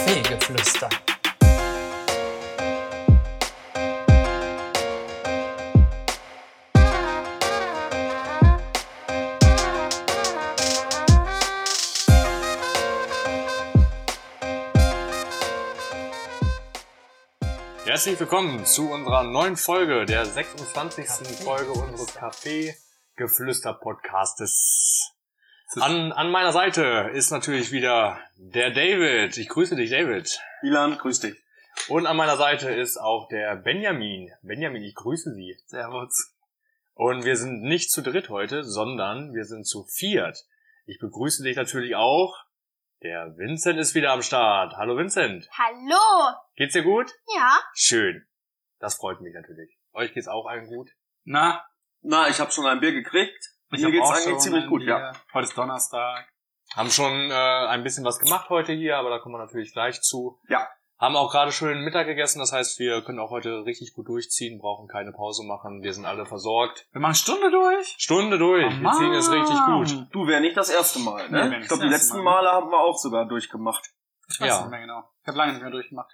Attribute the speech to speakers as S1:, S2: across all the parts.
S1: Kaffeegeflüster.
S2: Herzlich willkommen zu unserer neuen Folge, der 26. Folge unseres Kaffeegeflüster-Podcastes. An meiner Seite ist natürlich wieder der David. Ich grüße dich, David.
S3: Ilan, grüß dich.
S2: Und an meiner Seite ist auch der Benjamin. Benjamin, ich grüße Sie.
S3: Servus.
S2: Und wir sind nicht zu dritt heute, sondern wir sind zu viert. Ich begrüße dich natürlich auch. Der Vincent ist wieder am Start. Hallo Vincent.
S4: Hallo.
S2: Geht's dir gut?
S4: Ja.
S2: Schön. Das freut mich natürlich. Euch geht's auch allen gut?
S3: Na, ich habe schon ein Bier gekriegt. Mir geht's eigentlich ziemlich gut, ja. Heute ist Donnerstag.
S2: Haben schon ein bisschen was gemacht heute hier, aber da kommen wir natürlich gleich zu.
S3: Ja.
S2: Haben auch gerade schön Mittag gegessen, das heißt, wir können auch heute richtig gut durchziehen, brauchen keine Pause machen, wir sind alle versorgt.
S3: Wir machen Stunde durch?
S2: Stunde durch, wir ziehen es richtig gut.
S3: Du, wäre nicht das erste Mal, ne?
S5: Nee,
S3: Ich glaube, die letzten Male haben wir auch sogar durchgemacht.
S5: Ich weiß nicht mehr genau. Ich habe lange nicht mehr durchgemacht.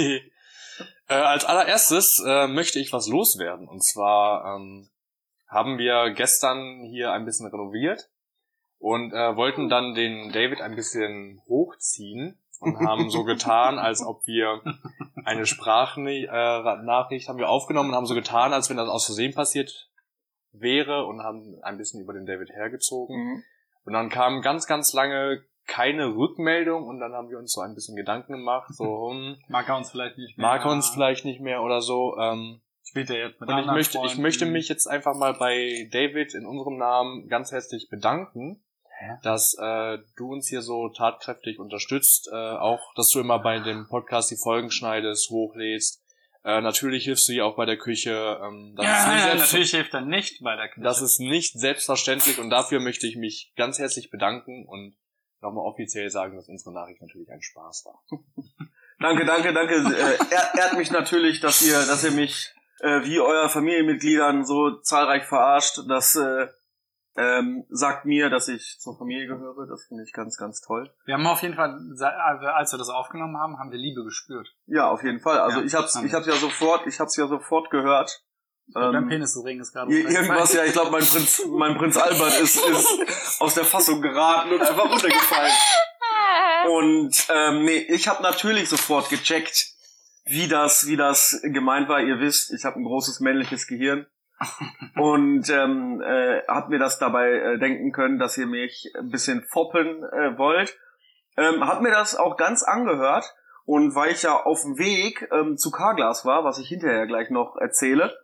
S2: Als allererstes möchte ich was loswerden. Und zwar haben wir gestern hier ein bisschen renoviert und wollten dann den David ein bisschen hochziehen und haben so getan, als ob wir eine Sprachnachricht haben wir aufgenommen und haben so getan, als wenn das aus Versehen passiert wäre und haben ein bisschen über den David hergezogen.
S3: Mhm.
S2: Und dann kam ganz, ganz lange keine Rückmeldung und dann haben wir uns so ein bisschen Gedanken gemacht, so
S5: Mag er uns vielleicht nicht mehr.
S2: mag er uns vielleicht nicht mehr oder so.
S5: Spielt er jetzt mit
S2: Und
S5: anderen
S2: ich möchte mich jetzt einfach mal bei David in unserem Namen ganz herzlich bedanken, dass du uns hier so tatkräftig unterstützt, auch, dass du immer bei dem Podcast die Folgen schneidest, hochlädst. Natürlich hilfst du dir auch bei der Küche.
S5: Natürlich hilft er nicht bei der Küche.
S2: Das ist nicht selbstverständlich und dafür möchte ich mich ganz herzlich bedanken und nochmal offiziell sagen, dass unsere Nachricht natürlich ein Spaß war.
S3: Danke. Ehrt mich natürlich, dass ihr mich wie euer Familienmitgliedern so zahlreich verarscht. Das sagt mir, dass ich zur Familie gehöre. Das finde ich ganz, ganz toll.
S5: Wir haben auf jeden Fall, als wir das aufgenommen haben, haben wir Liebe gespürt.
S3: Ja, auf jeden Fall. Also
S5: Ja,
S3: ich hab's ja sofort gehört.
S5: Dein Penisring ist gerade
S3: Irgendwas, ja, ich glaube, mein Prinz Albert ist aus der Fassung geraten und einfach runtergefallen. Und ich habe natürlich sofort gecheckt, wie das gemeint war. Ihr wisst, ich habe ein großes männliches Gehirn und hab mir das dabei denken können, dass ihr mich ein bisschen foppeln wollt. Hab mir das auch ganz angehört und weil ich ja auf dem Weg zu Carglass war, was ich hinterher gleich noch erzähle,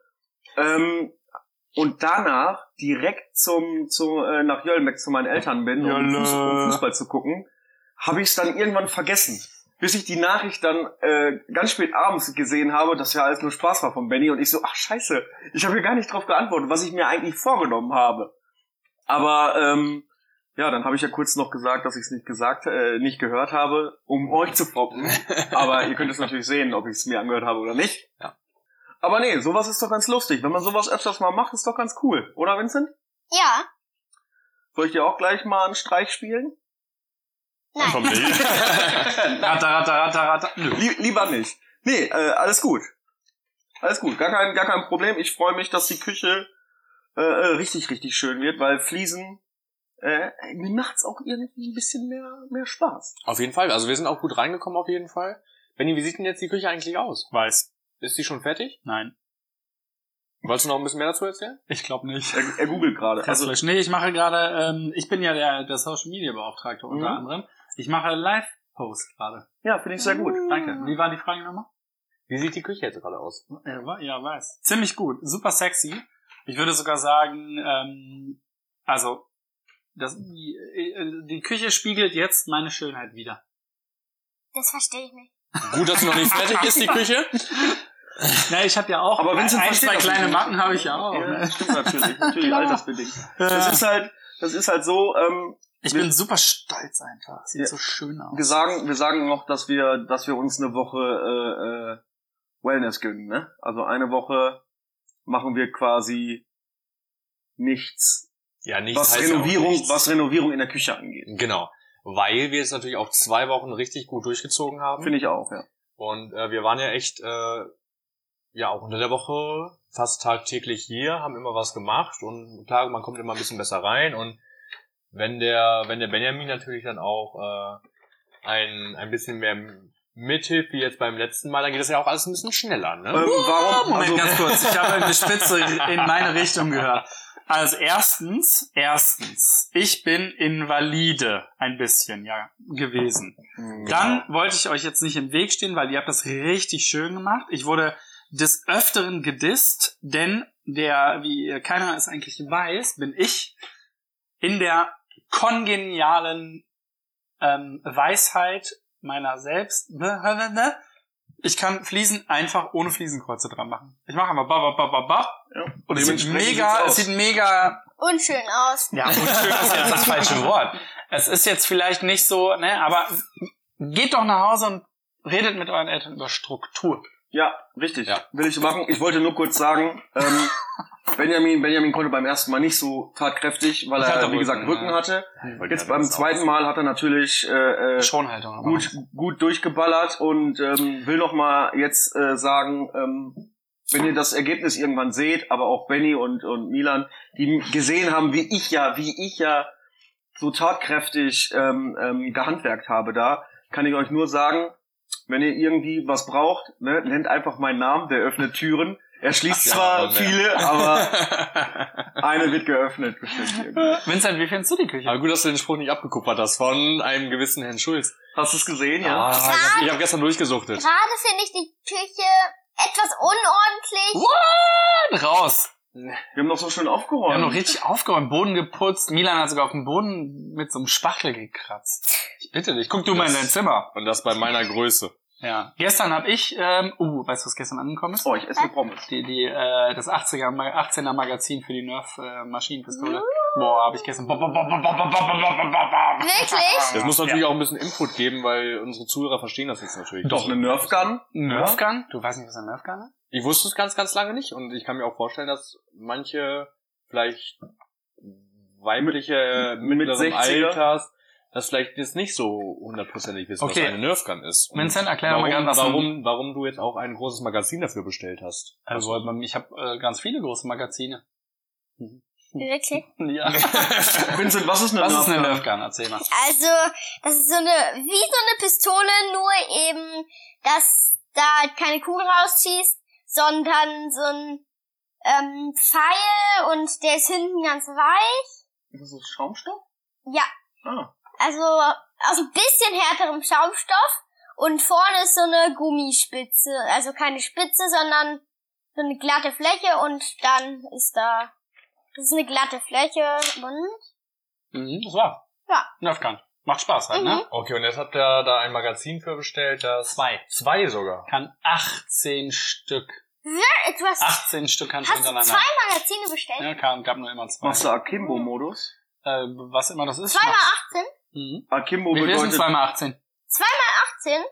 S3: und danach direkt nach Jölmeck zu meinen Eltern bin, um Fußball zu gucken, habe ich es dann irgendwann vergessen. Bis ich die Nachricht dann ganz spät abends gesehen habe, dass ja alles nur Spaß war von Benny und ich so, ach scheiße, ich habe hier gar nicht drauf geantwortet, was ich mir eigentlich vorgenommen habe. Aber dann habe ich ja kurz noch gesagt, dass ich es nicht gehört habe, um euch zu foppen. Aber ihr könnt es natürlich sehen, ob ich es mir angehört habe oder nicht.
S2: Ja.
S3: Aber nee, sowas ist doch ganz lustig. Wenn man sowas öfters mal macht, ist doch ganz cool. Oder, Vincent?
S4: Ja.
S3: Soll ich dir auch gleich mal einen Streich spielen?
S4: Nein.
S2: Kommt nicht.
S5: Ratter. Nö.
S3: Lieber nicht. Nee, alles gut. Alles gut. Gar kein Problem. Ich freue mich, dass die Küche richtig, richtig schön wird, weil Fliesen mir macht's auch irgendwie ein bisschen mehr Spaß.
S2: Auf jeden Fall, also wir sind auch gut reingekommen auf jeden Fall. Benni, wie sieht denn jetzt die Küche eigentlich aus?
S5: Weiß.
S2: Ist die schon fertig?
S5: Nein.
S2: Wolltest du noch ein bisschen mehr dazu erzählen?
S5: Ich glaube nicht.
S3: Er googelt gerade.
S5: Also, nee, ich mache gerade, ich bin ja der Social Media Beauftragte unter anderem. Ich mache Live-Post gerade.
S3: Ja, finde ich sehr gut.
S5: Danke. Wie war die Frage nochmal?
S2: Wie sieht die Küche jetzt gerade aus?
S5: Ja, weiß. Ziemlich gut. Super sexy. Ich würde sogar sagen, die Küche spiegelt jetzt meine Schönheit wider.
S4: Das verstehe ich nicht.
S2: Gut, dass sie noch nicht fertig ist, die Küche.
S5: Na, ich habe ja auch
S3: aber Vincent
S5: zwei kleine Macken habe ich ja auch.
S3: Ja,
S5: Ne?
S3: stimmt natürlich altersbedingt. Das ist halt so.
S5: Ich bin super stolz einfach. Sieht so schön aus.
S3: Wir sagen noch, dass wir uns eine Woche Wellness gönnen, ne? Also eine Woche machen wir quasi nichts,
S2: Ja, nichts
S3: was
S2: heißt ja auch
S3: Renovierung,
S2: nichts.
S3: was Renovierung in der Küche angeht.
S2: Genau. weil wir es natürlich auch 2 Wochen richtig gut durchgezogen haben.
S3: Finde ich auch, ja.
S2: Und wir waren ja echt, auch unter der Woche fast tagtäglich hier, haben immer was gemacht und klar, man kommt immer ein bisschen besser rein und wenn der Benjamin natürlich dann auch ein bisschen mehr mithilft, wie jetzt beim letzten Mal, dann geht das ja auch alles ein bisschen schneller, ne?
S3: Warum?
S5: Moment,
S3: Also,
S5: ganz kurz. Ich habe eine Spitze in meine Richtung gehört. Also erstens, ich bin invalide ein bisschen, gewesen. Dann wollte ich euch jetzt nicht im Weg stehen, weil ihr habt das richtig schön gemacht. Ich wurde des Öfteren gedisst, denn wie keiner es eigentlich weiß, bin ich in der kongenialen Weisheit meiner selbst. Ich kann Fliesen einfach ohne Fliesenkreuze dran machen. Ich mache einfach ba.
S3: ja.
S5: Und es sieht mega
S4: Unschön aus.
S5: ja, unschön ist jetzt das falsche Wort. Es ist jetzt vielleicht nicht so, ne, aber geht doch nach Hause und redet mit euren Eltern über Struktur.
S3: Ja, richtig.
S2: Ja.
S3: Will ich machen. Ich wollte nur kurz sagen, Benjamin konnte beim ersten Mal nicht so tatkräftig, weil er, wie gesagt, Rücken hatte. Jetzt beim zweiten Mal hat er natürlich
S5: Schonhaltung.
S3: gut durchgeballert und will noch mal jetzt sagen, wenn ihr das Ergebnis irgendwann seht, aber auch Benny und Milan, die gesehen haben, wie ich ja so tatkräftig gehandwerkt habe da, kann ich euch nur sagen, wenn ihr irgendwie was braucht, ne, nennt einfach meinen Namen, der öffnet Türen. Er schließt zwar viele, aber eine wird geöffnet bestimmt irgendwie.
S5: Vincent, wie findest du die Küche?
S2: Aber gut, dass du den Spruch nicht abgekupfert hast von einem gewissen Herrn Schulz.
S3: Hast du es gesehen, ja?
S2: Ich hab gestern durchgesuchtet.
S4: Gerade finde ich die Küche etwas unordentlich.
S5: What? Raus.
S3: Wir haben noch so schön
S5: Wir
S3: aufgeräumt.
S5: haben noch richtig aufgeräumt, Boden geputzt. Milan hat sogar auf dem Boden mit so einem Spachtel gekratzt. Ich bitte dich, guck du mal in dein Zimmer.
S2: Und das bei meiner Größe.
S5: Ja. Gestern habe ich, weißt du, was gestern angekommen ist?
S3: Oh, ich esse eine Pommes.
S5: Das 18er Magazin für die Nerf Maschinenpistole. Boah, habe ich gestern.
S4: Wirklich?
S2: Es muss natürlich auch ein bisschen Input geben, weil unsere Zuhörer verstehen das jetzt natürlich.
S3: Doch, eine Nerfgun.
S5: Nerfgun? Du weißt nicht, was ein Nerfgun ist?
S2: Ich wusste es ganz, ganz lange nicht und ich kann mir auch vorstellen, dass manche vielleicht weibliche mittleren
S3: 60er.
S2: Alters das vielleicht jetzt nicht so hundertprozentig wissen,
S5: Okay.
S2: was eine Nerfgun ist. Und
S5: Vincent, erklär doch mal gerne, was
S2: warum du jetzt auch ein großes Magazin dafür bestellt hast.
S5: Also, ich habe ganz viele große Magazine.
S4: Wirklich?
S5: Ja.
S3: Vincent, was ist eine
S5: Was ist eine
S3: Nerfgun?
S5: Nerfgun? Erzähl mal.
S4: Also, das ist wie so eine Pistole, nur eben, dass da keine Kugel rausschießt, sondern so ein Pfeil und der ist hinten ganz weich.
S3: Ist das so Schaumstoff?
S4: Ja,
S3: Ah.
S4: also aus ein bisschen härterem Schaumstoff und vorne ist so eine Gummispitze. Also keine Spitze, sondern so eine glatte Fläche und dann ist das ist eine glatte Fläche und
S5: Das war.
S4: Ja.
S5: Nerfgun. Macht Spaß halt, ne?
S2: Okay, und jetzt habt ihr da ein Magazin für bestellt, das... Zwei sogar.
S5: Kann 18 Stück.
S4: du hast
S5: 18 Stück kannst du
S4: du
S5: hintereinander.
S4: 2 Magazine bestellt?
S5: Ja, gab nur immer 2.
S3: Machst du Akimbo-Modus?
S5: Was immer das ist.
S4: 2 mal 18?
S5: Mhm.
S3: Akimbo
S5: Wie viel ist denn
S3: bedeutet...
S5: 2 mal 18?
S4: 2 mal 18?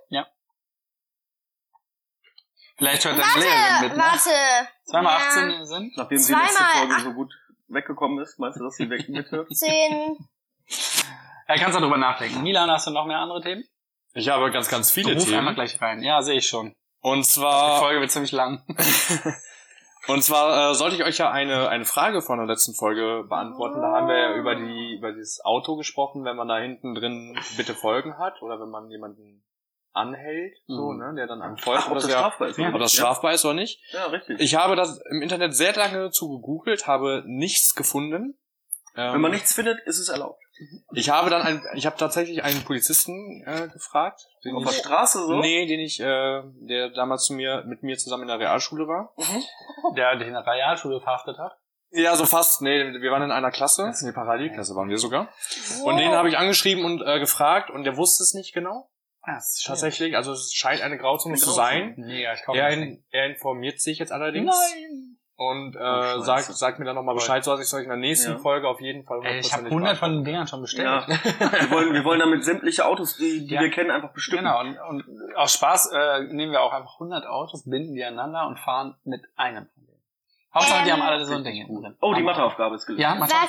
S5: Vielleicht hört deine Lehrerin mit, ne?
S4: Warte.
S5: 2 mal
S4: Ja.
S5: 18 sind?
S3: Nachdem die letzte
S4: Zweimal
S3: Folge so gut weggekommen ist, meinst du, dass sie mithört?
S4: 10.
S5: Ja, kannst du darüber nachdenken. Milan, hast du noch mehr andere Themen?
S2: Ich habe ganz, ganz viele
S5: Ruf einmal
S2: Themen.
S5: gleich rein. Ja, sehe ich schon.
S2: Und
S5: Die
S2: zwar...
S5: Folge wird ziemlich lang.
S2: Und zwar sollte ich euch ja eine Frage von der letzten Folge beantworten. Da haben wir ja über dieses Auto gesprochen, wenn man da hinten drin bitte Folgen hat oder wenn man jemanden anhält, so, ne, der dann einem folgt,
S3: Ach, ob
S2: oder
S3: das
S2: ja,
S3: strafbar ist.
S2: ob das strafbar ist oder nicht.
S3: Ja, richtig.
S2: Ich habe das im Internet sehr lange zu gegoogelt, habe nichts gefunden.
S3: Wenn man nichts findet, ist es erlaubt.
S2: Ich habe tatsächlich einen Polizisten gefragt, den
S3: Auf der
S2: ich,
S3: Straße so?
S2: nee, der damals mit mir zusammen in der Realschule war.
S5: Der dich in der Realschule verhaftet hat.
S2: Ja, so fast. Nee, wir waren in einer Klasse. In der Parallelklasse waren wir sogar. Und den habe ich angeschrieben und gefragt und der wusste es nicht genau.
S5: Das ist
S2: Tatsächlich, also es scheint eine Grauzone zu sein.
S5: Mega, ich komme
S2: Er informiert sich jetzt allerdings.
S5: Nein!
S2: Und
S3: Scheiße.
S2: sagt mir dann nochmal Bescheid, so dass ich es euch in der nächsten
S3: Ja.
S2: Folge auf jeden Fall
S5: Ey, ich habe
S2: 100%
S5: 100 von den Dingern schon bestellt.
S3: Ja. Wir wollen damit sämtliche Autos, die
S5: Ja.
S3: wir kennen, einfach bestücken.
S5: Genau, und aus Spaß nehmen wir auch einfach 100 Autos, binden die aneinander und fahren mit einem von denen. Hauptsache, die haben alle so ein Ding hinten drin.
S3: Oh, die Matheaufgabe ist gelöst.
S5: Ja, Matheaufgabe?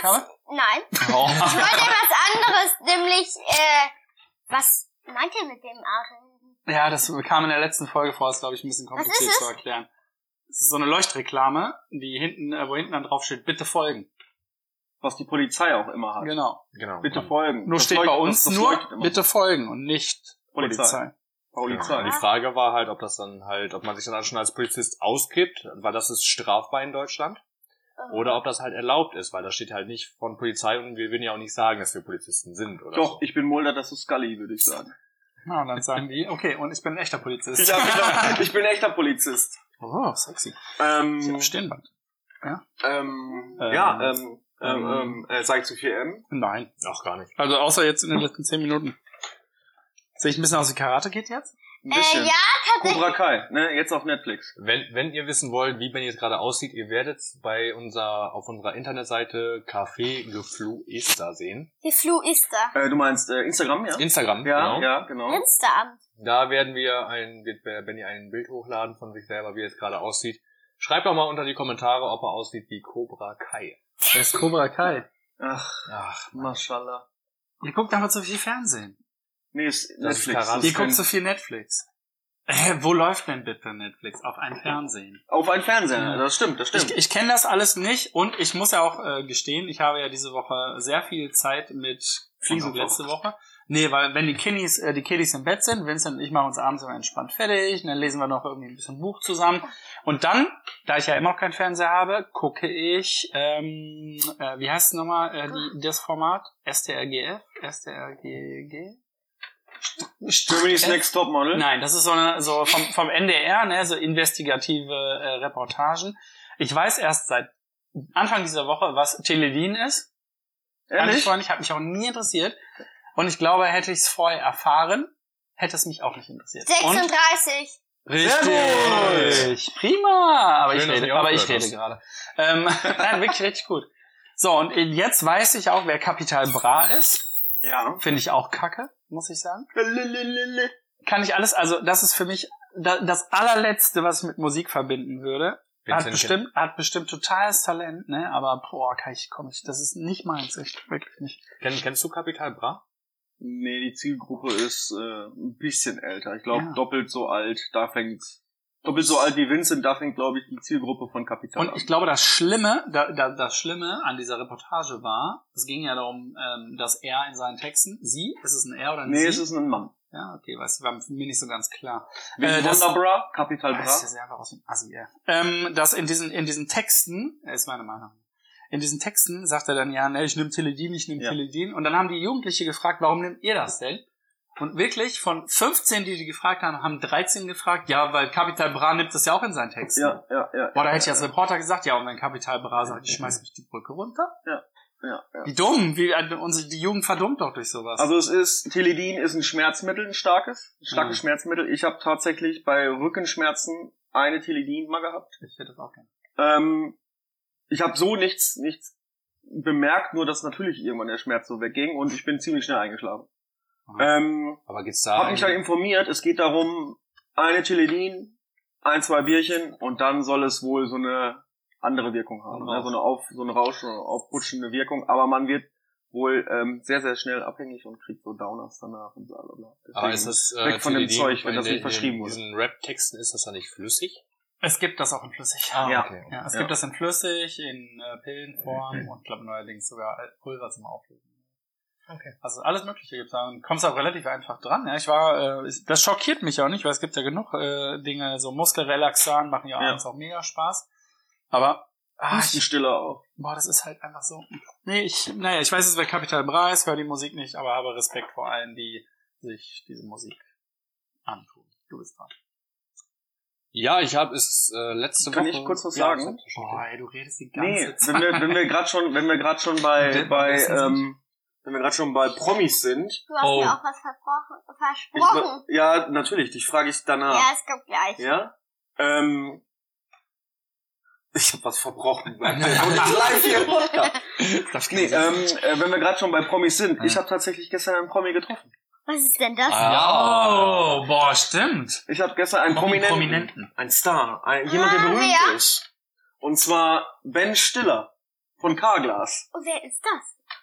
S4: Nein.
S5: Oh.
S4: Ich wollte was anderes, nämlich, was meint ihr mit dem Aachen?
S5: Ja, das kam in der letzten Folge vor, ist glaube ich ein bisschen kompliziert zu erklären. Es ist so eine Leuchtreklame, die hinten, wo hinten dann drauf steht, bitte folgen.
S3: Was die Polizei auch immer hat.
S5: Genau.
S3: Bitte folgen.
S5: Nur
S3: Das
S5: steht bei
S3: leuchtet-
S5: uns
S3: das
S5: nur,
S3: leuchtet immer.
S5: bitte folgen und nicht Polizei.
S3: Polizei.
S2: Die Frage war halt, ob das dann halt, ob man sich dann schon als Polizist ausgibt, weil das ist strafbar in Deutschland. Oder ob das halt erlaubt ist, weil da steht halt nicht von Polizei und wir würden ja auch nicht sagen, dass wir Polizisten sind, oder?
S3: Doch,
S2: so.
S3: ich bin Mulder, das ist Scully, würde ich sagen.
S5: Na, und dann sagen die, okay, und ich bin ein echter Polizist.
S3: Ich bin echter Polizist.
S5: Oh, sexy. Stirnband.
S3: Sag ich zu viel M?
S5: Nein.
S2: Ach, gar nicht.
S5: Also außer jetzt in den letzten 10 Minuten. Sehe ich ein bisschen aus wie Karate Kid jetzt?
S3: Ein bisschen.
S4: Ja, tatsächlich.
S3: Cobra Kai, ne? Jetzt auf Netflix.
S2: Wenn ihr wissen wollt, wie Benny jetzt gerade aussieht, ihr werdet auf unserer Internetseite Café Gefluester sehen.
S4: Die Flu ist da.
S3: Du meinst Instagram, ja?
S2: Instagram,
S3: Ja,
S2: genau.
S3: ja, genau.
S4: Instamt.
S2: Da wird Benny ein Bild hochladen von sich selber, wie er jetzt gerade aussieht. Schreibt doch mal unter die Kommentare, ob er aussieht wie Cobra Kai.
S5: Das ist Cobra Kai.
S3: Ach, Mashallah.
S5: Ihr guckt einfach zu viel Fernsehen.
S3: Nee, ist
S2: Das ist
S3: Netflix.
S2: Karate.
S5: Ihr guckt zu viel Netflix. Wo läuft denn bitte Netflix? Auf ein Fernsehen.
S3: Auf einen Fernseher,
S5: Ja.
S3: das stimmt.
S5: Ich kenne das alles nicht und ich muss ja auch gestehen, ich habe ja diese Woche sehr viel Zeit mit Fliesen letzte Woche. Nee, weil wenn die Kiddies im Bett sind, Vincent und ich machen uns abends immer entspannt fertig, und dann lesen wir noch irgendwie ein bisschen Buch zusammen. Und dann, da ich ja immer noch keinen Fernseher habe, gucke ich, wie heißt es nochmal, das Format? STRGF? STRGG?
S3: Germany's Next Topmodel.
S5: Nein, das ist so vom NDR, ne, so investigative Reportagen. Ich weiß erst seit Anfang dieser Woche, was Teledin ist.
S3: Ehrlich?
S5: Hat mich auch nie interessiert. Und ich glaube, hätte ich es vorher erfahren, hätte es mich auch nicht interessiert.
S4: 36.
S5: Richtig. Prima. Aber
S2: Schön, dass
S5: ich
S2: du
S5: rede
S2: aufgehört
S5: gerade. Nein, wirklich richtig gut. So, und jetzt weiß ich auch, wer Capital Bra ist.
S3: Ja.
S5: Finde ich auch kacke, muss ich sagen. Kann ich alles, also das ist für mich das allerletzte, was ich mit Musik verbinden würde. Hat bestimmt totales Talent, ne? Aber das ist nicht meins, echt, wirklich nicht.
S2: Kennst du Capital Bra?
S3: Nee, die Zielgruppe ist ein bisschen älter. Ich glaube,
S5: Ja.
S3: doppelt so alt. Doppelt so alt wie Vincent, da fängt, glaube ich, die Zielgruppe von Capital
S5: Und ich glaube, das Schlimme an dieser Reportage war, es ging ja darum, dass er in seinen Texten, ist es ein Er oder ein Sie?
S3: Nee, es ist ein Mann.
S5: Ja, okay, war mir nicht so ganz klar.
S3: Wie Wonderbra, Capital Bra.
S5: Das sieht einfach aus wie ein Assi, ja. Dass in diesen Texten, ist meine Meinung, in diesen Texten sagt er dann, ja, ne, ich nehme Teledin. Und dann haben die Jugendliche gefragt, warum nehmt ihr das denn? Und wirklich, von 15, die gefragt haben, haben 13 gefragt, ja, weil Capital Bra nimmt das ja auch in seinen Texten.
S3: Ja.
S5: Boah, da hätte ich als Reporter gesagt, ja, und wenn Capital Bra sagt, ich schmeiß mich die Brücke runter.
S3: Ja.
S5: Wie dumm, die Jugend verdummt doch durch sowas.
S3: Also Teledin ist ein Schmerzmittel, ein starkes Schmerzmittel. Ich habe tatsächlich bei Rückenschmerzen eine Teledin mal gehabt.
S5: Ich hätte das auch gerne.
S3: Ich habe so nichts bemerkt, nur dass natürlich irgendwann der Schmerz so wegging und ich bin ziemlich schnell eingeschlafen.
S2: Aber geht's da?
S3: Hab mich dann informiert, es geht darum, eine Teledin, 1-2 Bierchen und dann soll es wohl so eine andere Wirkung haben. Ne? So eine aufputschende Wirkung, aber man wird wohl sehr, sehr schnell abhängig und kriegt so Downers danach und so.
S2: Aber ist das
S3: weg von dem
S2: Teledin,
S3: Zeug, wenn das nicht
S2: in
S3: verschrieben wurde.
S2: diesen Rap-Texten ist das dann nicht flüssig?
S5: Es gibt das auch in flüssig.
S3: Ja.
S2: Okay.
S5: Ja, es gibt das in flüssig, in Pillenform und ich glaube neuerdings sogar Pulver zum Auflösen. Okay. Also alles Mögliche gibt's da und kommst auch relativ einfach dran. Ja, das schockiert mich auch nicht, weil es gibt ja genug Dinge, so Muskelrelaxan machen ja abends auch mega Spaß. Aber
S3: Hustenstiller auch.
S5: Boah, das ist halt einfach so. Nee, ich weiß jetzt, wer Capital Bra ist, höre die Musik nicht, aber habe Respekt vor allen, die sich diese Musik antun. Du bist dran.
S2: Ja, ich habe es letzte Woche...
S3: Kann ich kurz was sagen?
S5: Boah, ey, du redest die ganze Zeit.
S3: wenn wir gerade schon bei Promis sind.
S4: Du hast mir auch was versprochen.
S3: Ja, natürlich, dich frage ich danach.
S4: Ja, es kommt gleich.
S3: Ja? Ich hab was verbrochen. Und ich live hier im Podcast. Nee, wenn wir gerade schon bei Promis sind, ich habe tatsächlich gestern einen Promi getroffen.
S4: Was ist denn das?
S5: Oh, boah, stimmt.
S3: Ich habe gestern einen Prominenten. Ein Star. Jemand, der berühmt ist. Und zwar Ben Stiller von Carglass.
S4: Und wer ist das?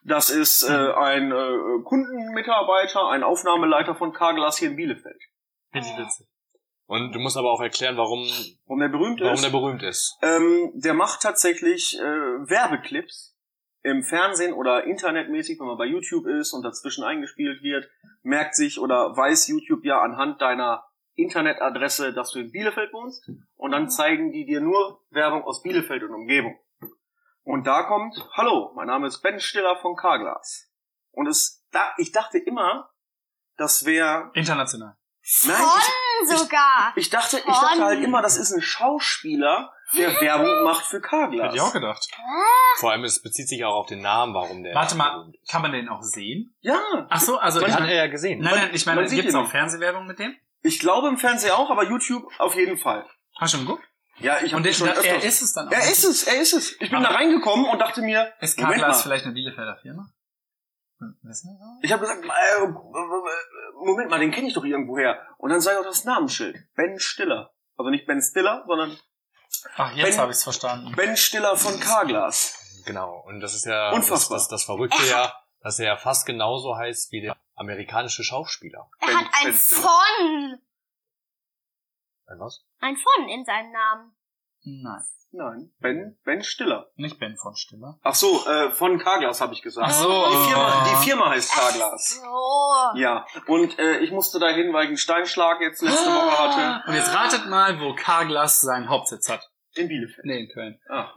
S3: Das ist ein Kundenmitarbeiter, ein Aufnahmeleiter von Carglass hier in Bielefeld.
S5: Finde ich witzig.
S2: Und du musst aber auch erklären, warum
S3: Der berühmt ist. Der macht tatsächlich Werbeclips im Fernsehen oder internetmäßig, wenn man bei YouTube ist und dazwischen eingespielt wird, merkt sich oder weiß YouTube ja anhand deiner Internetadresse, dass du in Bielefeld wohnst, und dann zeigen die dir nur Werbung aus Bielefeld und Umgebung. Und da kommt: Hallo, mein Name ist Ben Stiller von Carglass. Und ich dachte immer, das wäre...
S5: International.
S3: Nein,
S4: Sogar.
S3: ich dachte halt immer, das ist ein Schauspieler, der Werbung macht für Carglass.
S5: Hätte ich auch gedacht.
S2: Vor allem, es bezieht sich auch auf den Namen, warum der...
S5: Warte mal, kann man den auch sehen?
S3: Ja.
S5: Ach so, also...
S2: Den hat er ja gesehen.
S5: Nein, ich meine,
S3: man sieht
S5: gibt's
S3: ihn
S5: auch
S3: nicht.
S5: Fernsehwerbung mit dem?
S3: Ich glaube im Fernsehen auch, aber YouTube auf jeden Fall.
S5: Hast du schon geguckt?
S3: Ja, ich habe
S5: Und
S3: schon
S5: er
S3: öfters...
S5: ist es dann auch.
S3: Er ist es. Ich bin da reingekommen und dachte mir,
S5: Ist
S3: Moment
S5: Carglass
S3: mal.
S5: vielleicht eine Bielefelder Firma? Wissen wir so?
S3: Ich habe gesagt, Moment mal, den kenne ich doch irgendwoher. Und dann sah ich auch das Namensschild. Ben Stiller. Also nicht Ben Stiller, sondern
S5: Ach, jetzt
S3: Ben-
S5: habe ich es verstanden.
S3: Ben Stiller von Carglass.
S2: Genau. Und das ist ja
S3: Unfassbar.
S2: das Verrückte ja, dass er ja fast genauso heißt wie der amerikanische Schauspieler.
S4: Er
S3: Ben-
S4: hat ein
S3: Ben Stiller.
S4: von.
S2: Was?
S4: Ein von in seinem Namen.
S5: Nein,
S3: Nein, Ben Stiller.
S5: nicht Ben von Stiller.
S3: Ach so, von Carglass habe ich gesagt.
S5: Ach so.
S3: Die Firma heißt Carglass.
S4: So.
S3: Ja, und ich musste dahin, weil ich einen Steinschlag jetzt letzte Woche hatte.
S5: Und jetzt ratet mal, wo Carglass seinen Hauptsitz hat.
S3: In Bielefeld.
S5: Nee, in Köln.
S3: Ah.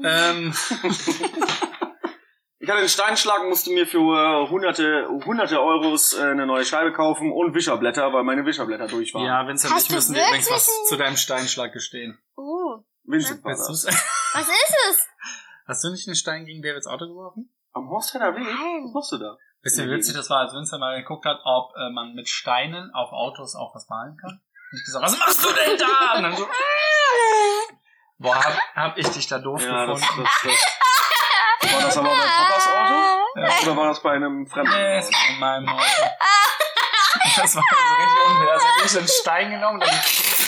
S5: Ich
S3: Ich hatte einen Steinschlag, musste mir für hunderte Euros eine neue Scheibe kaufen und Wischerblätter, weil meine Wischerblätter durch waren.
S5: Ja, Vincent und
S4: Hast
S5: ich
S4: du
S5: müssen dir übrigens was
S4: wirklich
S5: zu deinem Steinschlag gestehen.
S3: Vincent war
S5: Willst
S3: das.
S5: du's?
S4: Was ist es?
S5: Hast du nicht einen Stein gegen Davids Auto geworfen?
S3: Am Horstheder Weg?
S4: Nein.
S3: Was machst du da?
S5: Wisst ihr, wie witzig das war, als Vincent mal geguckt hat, ob man mit Steinen auf Autos auch was malen kann? Und ich gesagt, was machst du denn da? Und dann so, boah, hab ich dich da doof
S3: Ja,
S5: gefunden.
S3: War das aber bei Papas Auto?
S5: Ja.
S3: Oder war das bei einem fremden
S5: Nee, es
S3: Auto?
S5: war in meinem Auto. Das war so richtig unfair. Also hab ich einen Stein genommen und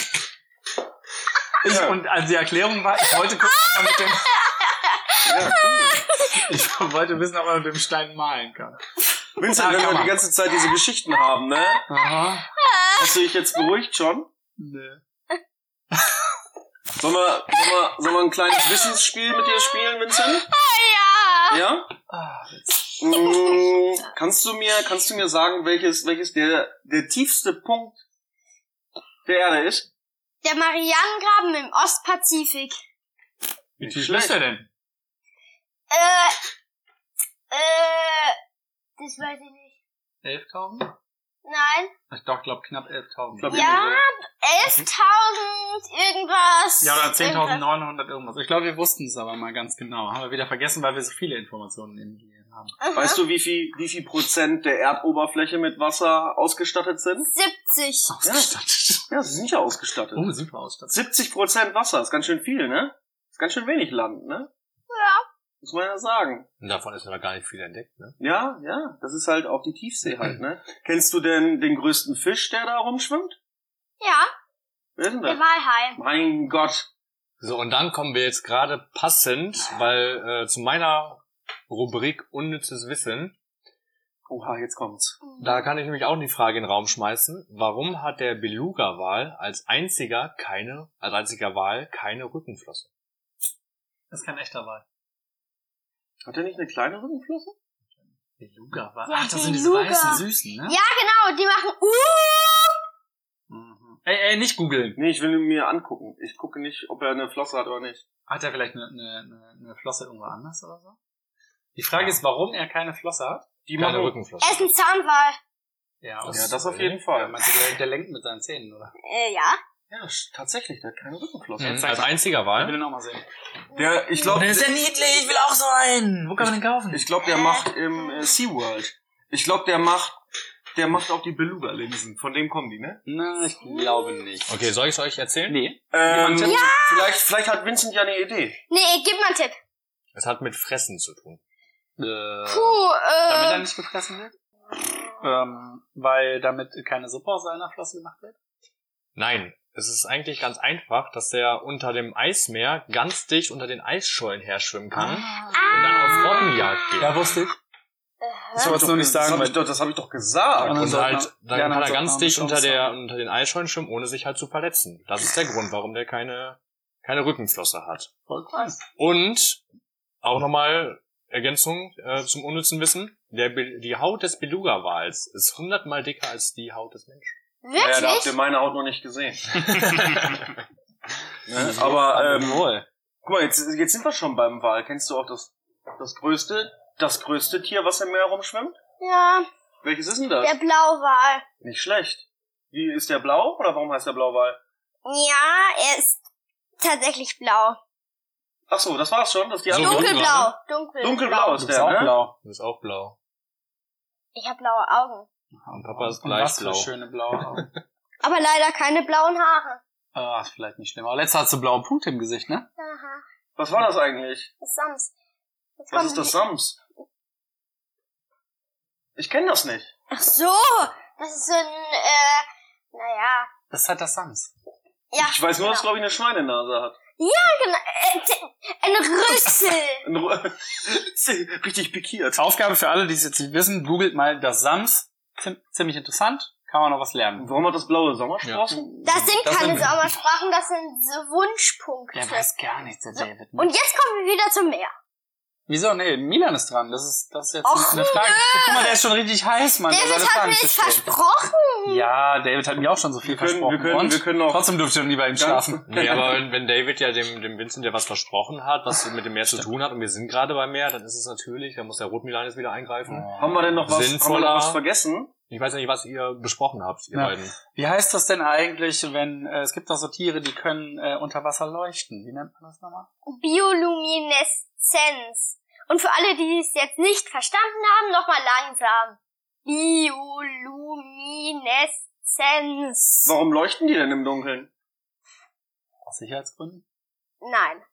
S5: und also die Erklärung war, ich wollte gucken, ob man mit dem,
S3: Ja, cool.
S5: ich wollte wissen, ob man mit dem Stein malen kann.
S3: Vincent, wenn
S5: kann
S3: wir
S5: man.
S3: die ganze Zeit diese Geschichten haben, ne?
S5: Aha.
S3: Hast du dich jetzt beruhigt schon?
S5: Nee.
S3: Sollen wir ein kleines Wissensspiel mit dir spielen, Vincent?
S4: Ja.
S3: Ja?
S5: Ah,
S3: Kannst du mir sagen, welches der tiefste Punkt der Erde ist?
S4: Der Marianengraben im Ostpazifik.
S5: wie
S3: Nicht
S5: tief
S3: schlecht.
S5: ist er denn?
S4: Das weiß ich nicht.
S5: 11.000?
S4: Nein.
S5: Ich doch, glaub knapp 11.000.
S3: Glaub,
S4: Ja, 11.000 irgendwas.
S5: Ja, oder
S4: Irgendwas.
S5: 10.900 irgendwas. Ich glaube, wir wussten es aber mal ganz genau. Haben wir wieder vergessen, weil wir so viele Informationen in die haben.
S4: Aha.
S3: Weißt du, wie viel Prozent der Erdoberfläche mit Wasser ausgestattet sind?
S4: 70.
S5: Ausgestattet.
S3: Ja, sie sind ja ausgestattet.
S5: Oh, super ausgestattet.
S3: 70% Wasser, ist ganz schön viel, ne? Ist ganz schön wenig Land, ne?
S4: Ja.
S3: Muss man ja sagen.
S2: Und davon ist ja gar nicht viel entdeckt, ne?
S3: Ja, das ist halt auch die Tiefsee halt, ne? Kennst du denn den größten Fisch, der da rumschwimmt?
S4: Ja,
S3: Wer ist denn
S4: der
S3: das?
S4: Walhai.
S3: Mein Gott.
S2: So, und dann kommen wir jetzt gerade passend, weil zu meiner Rubrik Unnützes Wissen,
S3: Oha, jetzt kommt's.
S2: da kann ich nämlich auch die Frage in den Raum schmeißen, warum hat der Beluga-Wal als einziger Wal keine Rückenflosse?
S5: Das ist kein echter Wal.
S3: Hat er nicht eine kleine Rückenflosse?
S5: Beluga-Wal.
S4: Ja,
S5: Ach, das sind diese
S4: Beluga.
S5: weißen Süßen, ne?
S4: Ja, genau, die machen
S5: Mhm. Ey, nicht googeln.
S3: Nee, ich will ihn mir angucken. Ich gucke nicht, ob er eine Flosse hat oder nicht.
S5: Hat er vielleicht eine Flosse irgendwo anders oder so? Die Frage ist, warum er keine Flosse hat?
S3: Die
S2: Keine
S3: machen
S2: Rückenflosse.
S4: Er ist ein Zahnwal.
S5: Ja,
S3: Ja, das auf jeden Fall.
S5: Meinst du, der lenkt mit seinen Zähnen, oder?
S4: Ja.
S3: Ja, tatsächlich, der hat keine Rückenflosse.
S2: Mhm, als einziger
S5: Ich will
S2: Wal.
S5: den auch mal sehen.
S3: Ich glaube,
S5: ja niedlich, ich will auch so einen. Wo kann man den kaufen?
S3: der macht im SeaWorld. Ich glaube, der macht auch die Beluga-Linsen. Von dem kommen die, ne?
S5: Na, ich glaube nicht.
S2: Okay, soll ich es euch erzählen?
S5: Nee.
S3: Vielleicht hat Vincent ja eine Idee.
S4: Nee, gib mal einen Tipp.
S2: Es hat mit Fressen zu tun.
S5: Damit er nicht gefressen wird? Weil damit keine Suppe aus seiner Flosse gemacht wird?
S2: Nein, es ist eigentlich ganz einfach, dass der unter dem Eismeer ganz dicht unter den Eisschollen herschwimmen kann und dann auf Robbenjagd geht.
S5: Ja, wusste ich. Ich wollte es nur nicht sagen, weil
S3: Das habe ich doch gesagt.
S5: Und
S2: Und
S5: sollten
S2: halt,
S5: wir-
S2: dann
S5: gerne
S2: kann er
S5: sollten
S2: ganz
S5: wir
S2: dicht
S5: uns
S2: unter
S5: sagen.
S2: den Eisschollen schwimmen, ohne sich halt zu verletzen. Das ist der Grund, warum der keine Rückenflosse hat.
S5: Voll krass.
S2: Und auch nochmal Ergänzung zum unnützen Wissen. Die Haut des Beluga-Wals ist 100-mal dicker als die Haut des Menschen.
S3: Naja, da habt
S4: Wirklich?
S3: ihr meine Haut noch nicht gesehen. Ne? Aber,
S2: Wohl.
S3: guck mal, jetzt sind wir schon beim Wal. Kennst du auch das größte Tier, was im Meer rumschwimmt?
S4: Ja,
S3: Welches ist denn das?
S4: der Blauwal.
S3: Nicht schlecht. Wie, ist der blau oder warum heißt der Blauwal?
S4: Ja, er ist tatsächlich blau.
S3: Ach so, das war's schon. Das ist die
S2: So,
S3: Antwort.
S4: Dunkelblau.
S3: Dunkelblau ist
S5: Du bist
S3: der,
S5: auch
S3: ne?
S5: blau.
S2: Du bist auch blau.
S4: Ich habe blaue Augen.
S2: Und Papa ist
S5: Und
S2: gleich
S5: was für
S2: blau.
S5: schöne blaue Augen.
S4: Aber leider keine blauen Haare.
S5: Ah, ist vielleicht nicht schlimm. Aber letztes hast du blaue Punkte im Gesicht, ne?
S4: Aha.
S3: Was war das eigentlich?
S4: Das ist Sams. Jetzt
S3: Was
S4: kommt-
S3: ist das Sams? Ich kenne das nicht.
S4: Ach so. Das ist so ein, naja.
S5: Das ist halt das Sams.
S4: Ja,
S3: Ich weiß nur, dass,
S4: genau.
S3: glaube ich, eine Schweinenase hat.
S4: Genau. Ein Rüssel.
S3: Ein Richtig pikiert.
S5: Aufgabe für alle, die es jetzt nicht wissen, googelt mal das Sams. Ziemlich interessant. Kann man noch was lernen.
S3: Warum hat das blaue Sommersprossen?
S4: Das sind
S5: Das
S4: keine
S5: sind-
S4: Sommersprachen, das sind so Wunschpunkte.
S5: Der weiß gar nichts, der David. Ne?
S4: Und jetzt kommen wir wieder zum Meer.
S5: Wieso? Nee, Milan ist dran. Das ist jetzt
S4: Och,
S5: eine Frage. Guck mal, der ist schon richtig heiß, Mann. der
S4: David
S5: seine
S4: hat
S5: Fragen
S4: mir
S5: zu
S4: es
S5: stellen.
S4: versprochen.
S5: Ja, David hat mir auch schon so viel versprochen.
S3: Wir können auch
S5: Trotzdem dürfte ich lieber ihm schlafen.
S2: Nee, aber wenn David ja dem Vincent ja was versprochen hat, was mit dem Meer zu tun hat, und wir sind gerade beim Meer, dann ist es natürlich, da muss der Rotmilan jetzt wieder eingreifen.
S3: Haben wir denn noch
S2: Sinnvoller.
S3: was vergessen?
S2: Ich weiß nicht, was ihr besprochen habt, ihr
S5: Ja.
S2: beiden.
S5: Wie heißt das denn eigentlich, wenn es gibt doch so Tiere, die können unter Wasser leuchten? Wie nennt man das nochmal?
S4: Biolumineszenz. Und für alle, die es jetzt nicht verstanden haben, nochmal langsam. Biolumineszenz.
S3: Warum leuchten die denn im Dunkeln?
S5: Aus Sicherheitsgründen?
S4: Nein.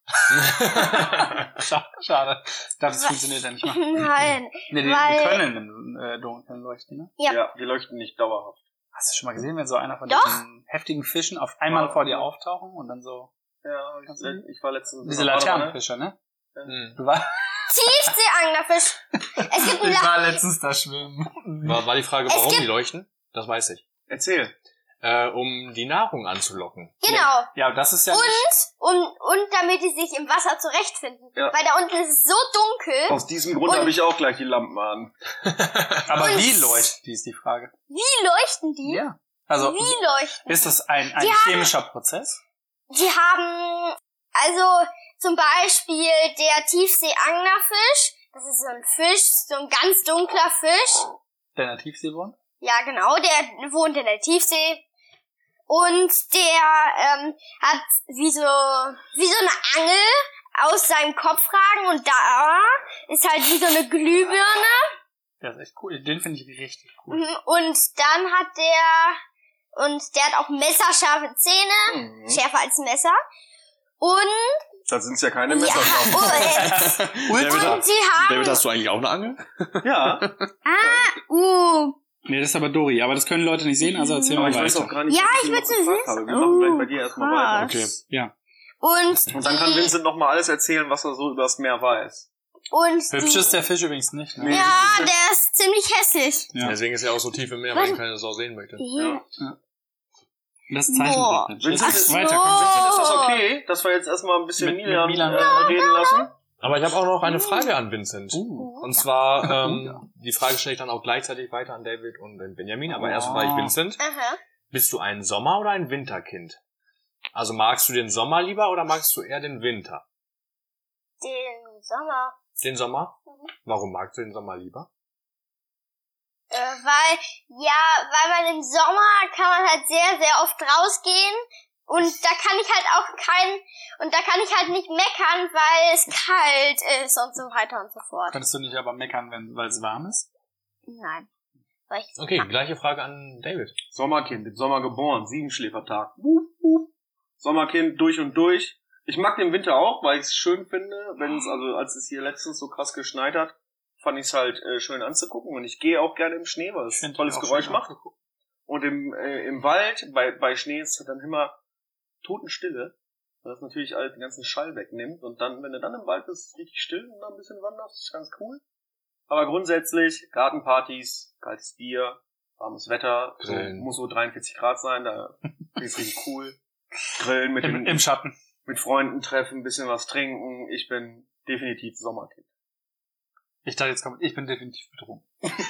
S5: Schade. Das funktioniert ja nicht mal.
S4: Nein.
S5: Nee, die
S4: Weil-
S5: können im Dunkeln leuchten, ne?
S4: Ja.
S3: Die leuchten nicht dauerhaft.
S5: Hast du schon mal gesehen, wenn so einer von
S4: Doch.
S5: diesen heftigen Fischen auf einmal
S3: Ja.
S5: vor dir auftauchen und dann so...
S3: Ja, ich war letztens...
S5: Diese Laternenfische, ne?
S2: Hm.
S5: Du war,
S4: Tiefseeanglerfisch. Es gibt einen
S5: ich war letztens da schwimmen.
S2: War die Frage,
S4: Es
S2: warum
S4: gibt-
S2: die leuchten? Das weiß ich.
S3: Erzähl.
S2: Um die Nahrung anzulocken.
S4: Genau.
S5: Ja, das ist ja...
S4: Und damit die sich im Wasser zurechtfinden.
S3: Ja.
S4: Weil da unten ist es so dunkel.
S3: Aus diesem Grund
S4: Und-
S3: habe ich auch gleich die Lampen an.
S5: Aber
S4: und-
S5: wie leuchten die, ist die Frage.
S4: Wie leuchten die?
S5: Ja. Also,
S4: Wie leuchten
S5: ist das ein
S4: Die haben-
S5: chemischer Prozess?
S4: Die haben, also zum Beispiel der Tiefseeanglerfisch. Das ist so ein Fisch, so ein ganz dunkler Fisch.
S5: Der in der Tiefsee wohnt?
S4: Ja, genau, der wohnt in der Tiefsee. Und der hat wie so eine Angel aus seinem Kopf ragen und da ist halt wie so eine Glühbirne.
S5: Der ist echt cool. Den finde ich richtig cool.
S4: Und dann hat der hat auch messerscharfe Zähne, schärfer als Messer. Und
S3: Da sind es ja keine
S4: ja,
S3: Messer drauf.
S4: und sie haben
S2: hast du eigentlich auch eine Angel?
S3: Ja,
S5: Nee, das ist aber Dori. Aber das können Leute nicht sehen, also erzähl
S3: aber
S5: mal
S3: ich weiß auch
S5: weiter.
S3: gar nicht,
S4: Ja,
S3: was
S4: ich
S3: noch
S4: will's
S3: gefragt
S4: wissen.
S3: habe. Wir machen gleich bei dir erstmal weiter.
S2: Okay.
S5: Ja.
S4: und
S3: Und dann kann Vincent noch mal alles erzählen, was er so über das Meer weiß.
S5: Hübsch ist der Fisch übrigens nicht, ne?
S4: ja, der ist ziemlich hässlich.
S5: Ja.
S2: Deswegen ist er auch so tief im Meer, weil ihn keine Sau sehen möchte.
S4: Ja.
S5: Das
S4: Boah.
S5: Zeichentrick.
S3: Vincent,
S5: Ist
S3: ist,
S5: weiter.
S4: so.
S3: Vincent, ist das okay, dass wir jetzt erstmal ein bisschen
S5: Mit
S3: Milan,
S5: Milan
S3: reden lassen?
S2: Aber ich habe auch noch eine Frage an Vincent. Und zwar,
S5: Ja.
S2: die Frage stelle ich dann auch gleichzeitig weiter an David und an Benjamin. Aber erst frage ich Vincent.
S4: Aha.
S2: Bist du ein Sommer- oder ein Winterkind? Also magst du den Sommer lieber oder magst du eher den Winter?
S4: Den Sommer.
S2: Den Sommer? Warum magst du den Sommer lieber?
S4: Weil man im Sommer kann man halt sehr, sehr oft rausgehen. Und da kann ich halt nicht meckern, weil es kalt ist und so weiter und so fort.
S5: Könntest du nicht aber meckern, weil es warm ist?
S4: Nein. Weil ich
S2: Okay, gleiche Frage an David.
S3: Sommerkind, im Sommer geboren, Siebenschläfertag. Sommerkind durch und durch. Ich mag den Winter auch, weil ich es schön finde, als es hier letztens so krass geschneit hat, fand ich es halt schön anzugucken. Und ich gehe auch gerne im Schnee, weil es ein tolles Geräusch macht. Und im Wald, bei Schnee ist dann immer Totenstille, weil das natürlich all den ganzen Schall wegnimmt. Und dann, wenn du dann im Wald bist, ist es richtig still und dann ein bisschen wanderst, ist ganz cool. Aber grundsätzlich, Gartenpartys, kaltes Bier, warmes Wetter, muss so 43 Grad sein, da ist richtig cool. Grillen
S5: im Schatten.
S3: Mit Freunden treffen, ein bisschen was trinken. Ich bin definitiv Sommerkind.
S5: Ich dachte, jetzt kommt, ich bin definitiv betrunken.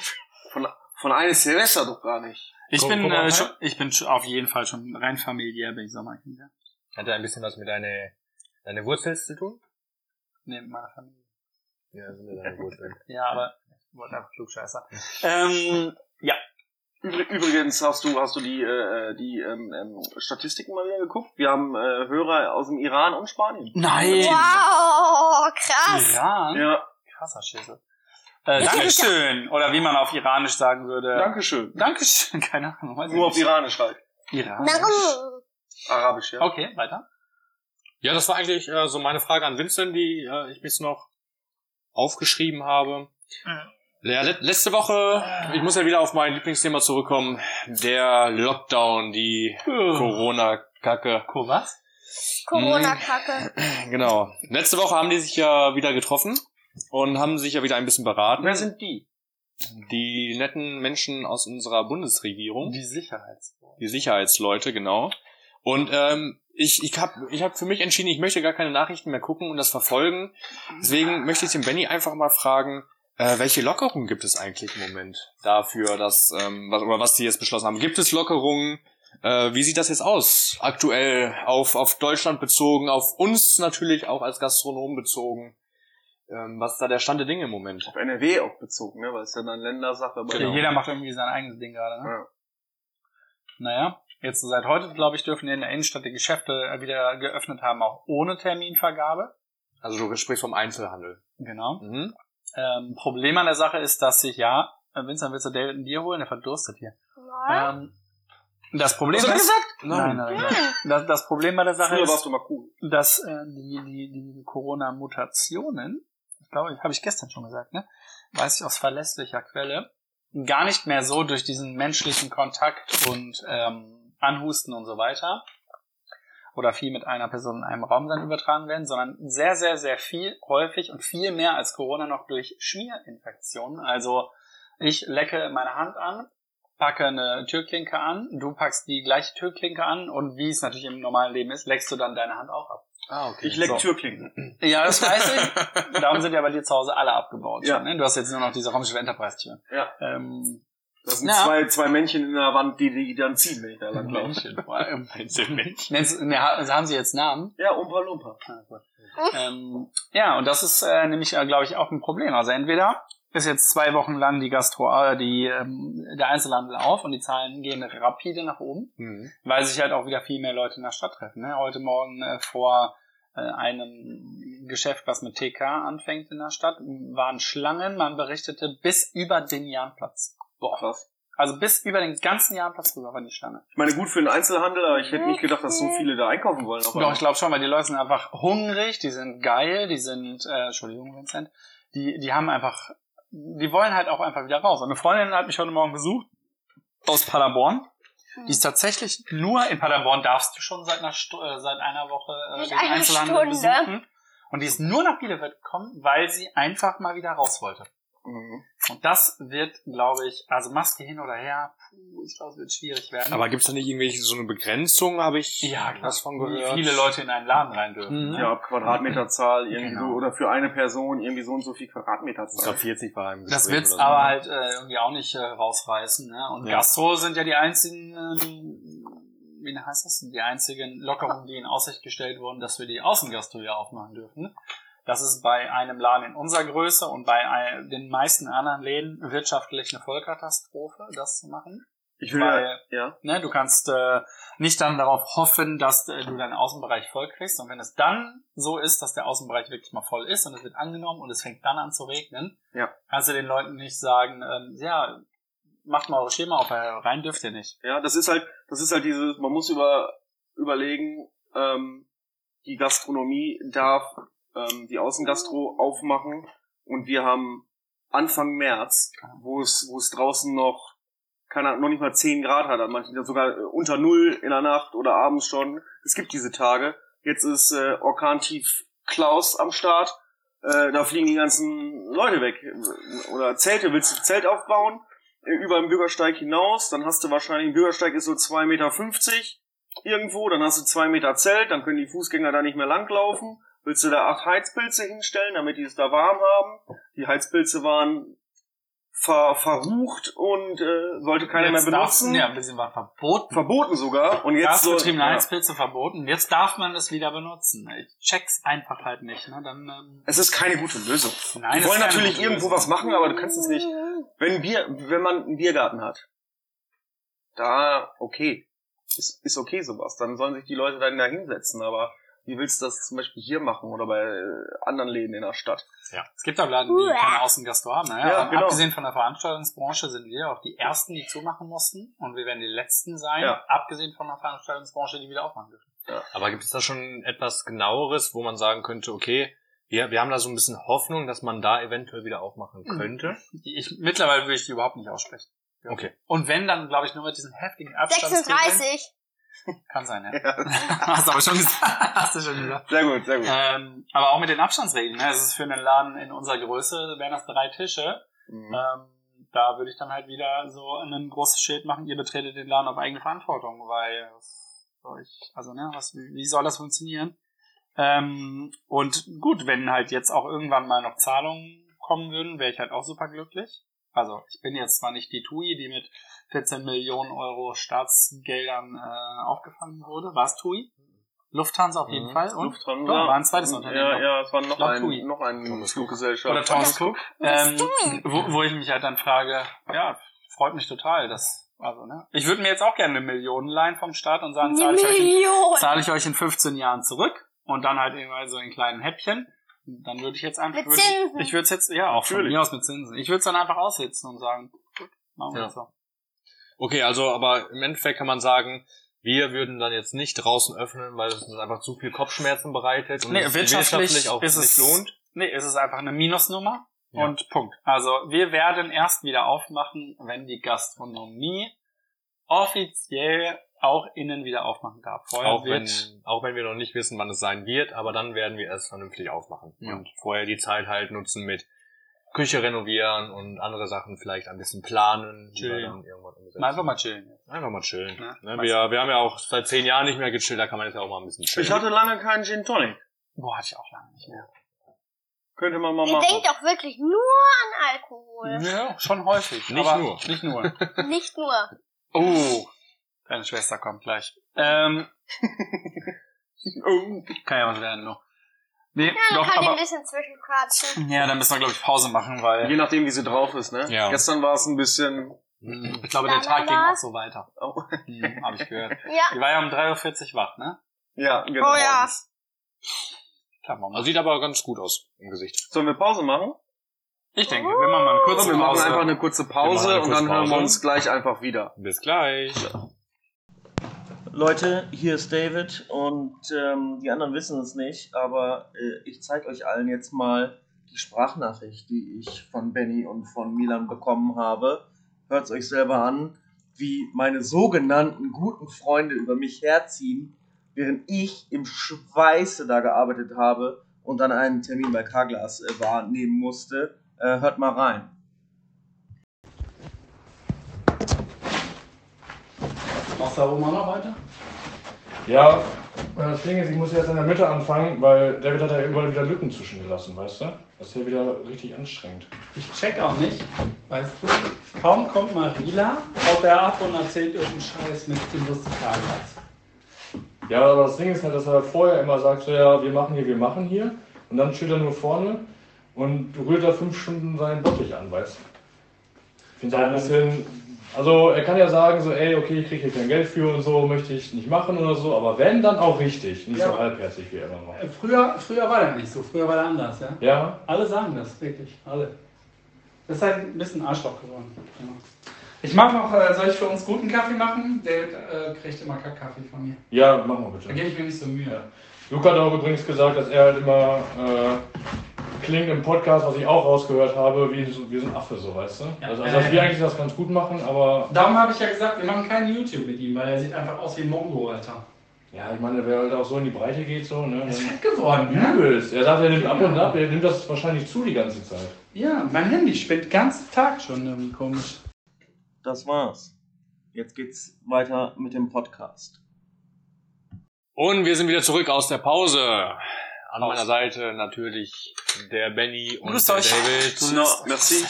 S3: Von eines Silvester doch gar nicht.
S5: Ich bin auf jeden Fall schon rein familiär, bin ich Sommerkind, ja.
S2: Hat er ein bisschen was mit deine Wurzeln zu tun?
S5: Nee, mit meiner Familie.
S2: Ja, sind ja deine Wurzeln.
S5: Ja, aber ich wollte einfach klugscheißer. Ja.
S3: Übrigens hast du die Statistiken mal wieder geguckt? Wir haben Hörer aus dem Iran und Spanien.
S5: Nein!
S4: Wow, krass.
S5: Iran?
S3: Ja.
S5: Krasser Schissel. Dankeschön. Oder wie man auf Iranisch sagen würde.
S3: Dankeschön.
S5: Dankeschön. Keine Ahnung.
S3: Nur auf Iranisch halt.
S5: Iranisch.
S3: Arabisch, ja.
S5: Okay, weiter.
S2: Ja, das war eigentlich so meine Frage an Vincent, die ich mir jetzt noch aufgeschrieben habe. Ja, letzte Woche, ich muss ja wieder auf mein Lieblingsthema zurückkommen, der Lockdown, die Corona-Kacke.
S5: Was?
S4: Corona-Kacke.
S2: Genau. Letzte Woche haben die sich ja wieder getroffen und haben sich ja wieder ein bisschen beraten.
S3: Wer sind die?
S2: Die netten Menschen aus unserer Bundesregierung.
S5: Die
S2: Sicherheitsleute, genau. Und ich hab für mich entschieden, ich möchte gar keine Nachrichten mehr gucken und das verfolgen. Deswegen möchte ich den Benny einfach mal fragen, welche Lockerungen gibt es eigentlich im Moment dafür, dass was die jetzt beschlossen haben? Gibt es Lockerungen? Wie sieht das jetzt aus? Aktuell auf Deutschland bezogen, auf uns natürlich auch als Gastronomen bezogen. Was ist da der Stand der Dinge im Moment?
S3: Auf NRW auch bezogen, ne? Weil es ja dann Ländersache.
S5: Genau. Jeder macht irgendwie sein eigenes Ding gerade, ne?
S3: Ja.
S5: Naja, jetzt seit heute, glaube ich, dürfen in der Innenstadt die Geschäfte wieder geöffnet haben, auch ohne Terminvergabe.
S2: Also du sprichst vom Einzelhandel.
S5: Genau.
S2: Mhm.
S5: Problem an der Sache ist, dass sich, Vincent, willst du David ein Bier holen? Der verdurstet hier.
S4: Nein.
S5: Das Problem
S3: Hast du
S5: ist,
S3: gesagt?
S5: Nein. Das Problem bei der Sache
S3: Früher
S5: ist,
S3: warst du mal cool.
S5: dass die Corona-Mutationen, ich glaube, habe ich gestern schon gesagt, ne? Weiß ich aus verlässlicher Quelle, gar nicht mehr so durch diesen menschlichen Kontakt und Anhusten und so weiter oder viel mit einer Person in einem Raum dann übertragen werden, sondern sehr, sehr, sehr viel, häufig und viel mehr als Corona noch durch Schmierinfektionen. Also ich lecke meine Hand an, packe eine Türklinke an, du packst die gleiche Türklinke an und wie es natürlich im normalen Leben ist, leckst du dann deine Hand auch ab.
S2: Ah, okay.
S3: Ich leck Türklinken.
S5: Ja, das weiß ich. Darum sind ja bei dir zu Hause alle abgebaut.
S3: Ja.
S5: Schon, ne? Du hast jetzt nur noch diese Raumschiff Enterprise-Tür.
S3: Ja. Das sind
S5: Ja.
S3: zwei Männchen in der Wand, die dann ziehen, wenn ich da lang laufe.
S5: Männchen. Haben sie jetzt Namen?
S3: Ja, Umpa Lumpa.
S5: Ah, gut. Und das ist nämlich, glaube ich, auch ein Problem. Also entweder ist jetzt 2 Wochen lang der Einzelhandel auf und die Zahlen gehen rapide nach oben, weil sich halt auch wieder viel mehr Leute in der Stadt treffen. Ne? Heute Morgen vor einem Geschäft, was mit TK anfängt in der Stadt, waren Schlangen, man berichtete, bis über den Jahnplatz.
S3: Boah, krass.
S5: Also bis über den ganzen Jahnplatz rüber war die Schlange.
S3: Ich meine, gut für den Einzelhandel, aber ich hätte nicht gedacht, dass so viele da einkaufen wollen.
S5: Doch, ich glaube schon, weil die Leute sind einfach hungrig, die sind geil, die sind, Entschuldigung, Vincent, die haben einfach, die wollen halt auch einfach wieder raus. Und eine Freundin hat mich heute Morgen besucht, aus Paderborn. Die ist tatsächlich nur in Paderborn, darfst du schon seit einer Woche den Einzelhandel besuchen. Und die ist nur nach Bielefeld gekommen, weil sie einfach mal wieder raus wollte. Und das wird, glaube ich, also Maske hin oder her, ich glaube, es wird schwierig werden.
S2: Aber gibt's da nicht irgendwelche so eine Begrenzung, habe ich
S5: was
S2: von gehört?
S5: Wie viele Leute in einen Laden rein dürfen.
S3: Ja, Quadratmeterzahl, irgendwie
S5: Genau.
S3: so, oder für eine Person irgendwie so und so viel Quadratmeterzahl.
S2: Ich glaube 40 war im
S5: Das
S2: Gespräch
S5: wird's
S2: oder so.
S5: aber halt irgendwie auch nicht rausreißen. Ne? Und Gastro sind ja die einzigen, wie heißt das? Die einzigen Lockerungen, die in Aussicht gestellt wurden, dass wir die Außengastro ja aufmachen dürfen. Das ist bei einem Laden in unserer Größe und bei den meisten anderen Läden wirtschaftlich eine Vollkatastrophe, das zu machen.
S3: Ich will
S5: Ne, du kannst nicht dann darauf hoffen, dass du deinen Außenbereich voll kriegst. Und wenn es dann so ist, dass der Außenbereich wirklich mal voll ist und es wird angenommen und es fängt dann an zu regnen, kannst du den Leuten nicht sagen, macht mal eure Schema auf, rein dürft ihr nicht.
S3: Ja, das ist halt dieses, man muss überlegen, die Gastronomie darf die Außengastro aufmachen und wir haben Anfang März, wo es draußen noch noch nicht mal 10 Grad hat, manchmal sogar unter 0 in der Nacht oder abends schon. Es gibt diese Tage. Jetzt ist Orkantief Klaus am Start da fliegen die ganzen Leute weg. Oder Zelte, willst du ein Zelt aufbauen? Über den Bürgersteig hinaus, dann hast du wahrscheinlich, ein Bürgersteig ist so 2,50 Meter irgendwo, dann hast du 2 Meter Zelt, dann können die Fußgänger da nicht mehr langlaufen. Willst du da 8 Heizpilze hinstellen, damit die es da warm haben? Die Heizpilze waren verrucht und sollte keiner mehr benutzen.
S5: Ja, ein bisschen war verboten.
S3: Verboten sogar. Und jetzt
S5: Gasbetriebene Heizpilze verboten. Jetzt darf man es wieder benutzen. Ich check's einfach halt nicht. Ne? Dann,
S3: es ist keine gute Lösung.
S5: Nein,
S3: die wollen natürlich irgendwo was machen, aber du kannst es nicht. Wenn man einen Biergarten hat, da okay. Ist okay sowas. Dann sollen sich die Leute dann da hinsetzen, aber wie willst du das zum Beispiel hier machen oder bei anderen Läden in der Stadt?
S5: Ja. Es gibt auch Laden, die keine Außengastro haben. Ne?
S3: Ja, genau.
S5: Abgesehen von der Veranstaltungsbranche sind wir auch die Ersten, die zumachen mussten. Und wir werden die Letzten sein, abgesehen von der Veranstaltungsbranche, die wieder aufmachen dürfen.
S2: Ja. Aber gibt es da schon etwas Genaueres, wo man sagen könnte, okay, wir haben da so ein bisschen Hoffnung, dass man da eventuell wieder aufmachen könnte?
S5: Mittlerweile würde ich die überhaupt nicht aussprechen. Ja.
S2: Okay.
S5: Und wenn, dann glaube ich nur mit diesen heftigen Abstandsregeln.
S4: 36.
S5: Kann sein, ja. Hast du aber schon gesagt. Hast du schon gesagt.
S3: Sehr gut, sehr gut.
S5: Aber auch mit den Abstandsregeln. Ne? Es ist für einen Laden in unserer Größe, wären das 3 Tische.
S3: Mhm.
S5: Da würde ich dann halt wieder so ein großes Schild machen, ihr betretet den Laden auf eigene Verantwortung, weil wie soll das funktionieren? Und gut, wenn halt jetzt auch irgendwann mal noch Zahlungen kommen würden, wäre ich halt auch super glücklich. Also ich bin jetzt zwar nicht die TUI, die mit 14 Millionen Euro Staatsgeldern aufgefangen wurde. War es TUI? Lufthansa auf jeden Fall. Und
S3: Lufthansa.
S5: War ein zweites Unternehmen.
S3: Ja, es war noch ein Fluggesellschaft.
S5: Oder Thomas Cook. Wo ich mich halt dann frage, ja, freut mich total, dass, also, ne. Ich würde mir jetzt auch gerne 1 Million leihen vom Staat und sagen, zahle ich euch in 15 Jahren zurück und dann halt eben so in kleinen Häppchen. Dann würde ich jetzt einfach, ich würde es jetzt, ja, auch von mir aus mit Zinsen. Ich würde es dann einfach aussitzen und sagen, gut, machen wir das so.
S2: Okay, also, aber im Endeffekt kann man sagen, wir würden dann jetzt nicht draußen öffnen, weil es uns einfach zu viel Kopfschmerzen bereitet und es wirtschaftlich auch nicht lohnt.
S5: Nee, es ist einfach eine Minusnummer und Punkt. Also, wir werden erst wieder aufmachen, wenn die Gastronomie offiziell auch innen wieder aufmachen darf.
S2: Auch wenn wir noch nicht wissen, wann es sein wird, aber dann werden wir erst vernünftig aufmachen. Ja. Und vorher die Zeit halt nutzen mit Küche renovieren und andere Sachen vielleicht ein bisschen planen.
S5: Chillen. Einfach mal chillen.
S2: Einfach mal chillen. Ja, ne, wir haben ja auch seit 10 Jahren nicht mehr gechillt, da kann man jetzt ja auch mal ein bisschen chillen.
S3: Ich hatte lange keinen Gin Tonic.
S5: Boah, hatte ich auch lange nicht mehr.
S3: Könnte man mal
S4: Ihr
S3: machen.
S4: denkt doch wirklich nur an Alkohol.
S5: Ja, schon häufig.
S2: Nicht
S5: aber
S2: nur.
S5: Nicht nur.
S4: Nicht nur.
S5: Oh, deine Schwester kommt gleich. Kann ja was werden, noch. Nee,
S4: Ja, dann
S5: doch,
S4: kann ich
S5: aber,
S4: ein bisschen zwischenquatschen.
S5: ja, dann müssen wir, glaube ich, Pause machen, weil
S3: Je nachdem, wie sie drauf ist, ne?
S2: Ja.
S3: Gestern war es ein bisschen...
S5: ich glaube, der Tag ging auch so weiter.
S3: Oh.
S5: Habe ich gehört.
S4: Ja.
S5: Die war ja um 3.40 Uhr wach, ne?
S3: Ja, genau.
S4: Oh ja.
S5: Klar,
S2: Also sieht aber ganz gut aus im Gesicht.
S3: Sollen wir Pause machen?
S5: ich denke, wir machen mal eine kurze
S3: Wir machen
S5: Pause.
S3: einfach eine kurze Pause
S2: Wir machen eine
S3: und dann
S2: kurze
S3: hören wir
S2: Pause.
S3: uns gleich einfach wieder.
S2: Bis gleich.
S1: Leute, hier ist David und die anderen wissen es nicht, aber ich zeige euch allen jetzt mal die Sprachnachricht, die ich von Benny und von Milan bekommen habe. Hört es euch selber an, wie meine sogenannten guten Freunde über mich herziehen, während ich im Schweiße da gearbeitet habe und dann einen Termin bei Carglass wahrnehmen musste. Hört mal rein.
S5: Machst du da oben auch noch weiter?
S6: Ja, das Ding ist, ich muss jetzt in der Mitte anfangen, weil David hat ja überall wieder Lücken zwischengelassen, weißt du? Das ist ja wieder richtig anstrengend.
S5: Ich check auch nicht, weißt du, kaum kommt Marila, haut er ab und erzählt irgendeinen Scheiß mit dem Lustigkeitsatz.
S6: Ja, aber das Ding ist halt, dass er vorher immer sagt, so, ja, wir machen hier. Und dann steht er nur vorne und rührt da 5 Stunden seinen Bottich an, weißt du? Ich finde es auch ein bisschen... Also er kann ja sagen so, ey, okay, ich kriege hier kein Geld für und so, möchte ich nicht machen oder so, aber wenn, dann auch richtig, nicht so halbherzig wie er immer macht.
S5: Früher war der nicht so, früher war der anders, ja?
S6: Ja?
S5: Alle sagen das, wirklich, alle. Das ist halt ein bisschen Arschloch geworden. Ja. Ich mache noch, soll ich für uns guten Kaffee machen? Der kriegt immer Kaffee von mir.
S6: Ja, mach mal
S5: Da
S6: bitte.
S5: gebe ich mir nicht so Mühe.
S6: Ja. Luca hat auch übrigens gesagt, dass er halt immer klingt im Podcast, was ich auch rausgehört habe, wie so ein Affe, so, weißt du?
S5: Ja.
S6: Also dass wir eigentlich das ganz gut machen, aber...
S5: Darum habe ich ja gesagt, wir machen kein YouTube mit ihm, weil er sieht einfach aus wie ein Mongo, Alter.
S6: Ja, ich meine, wer halt auch so in die Breite geht, so, ne?
S5: Er ist fett geworden, ne?
S6: Übelst. Er sagt, er nimmt ab und ab, er nimmt das wahrscheinlich zu die ganze Zeit.
S5: Ja, mein Handy spinnt den ganzen Tag schon irgendwie komisch.
S1: Das war's. Jetzt geht's weiter mit dem Podcast.
S2: Und wir sind wieder zurück aus der Pause. An meiner Seite natürlich der Benny und
S5: Grüßt
S2: der
S5: euch.
S2: David.
S3: No, merci.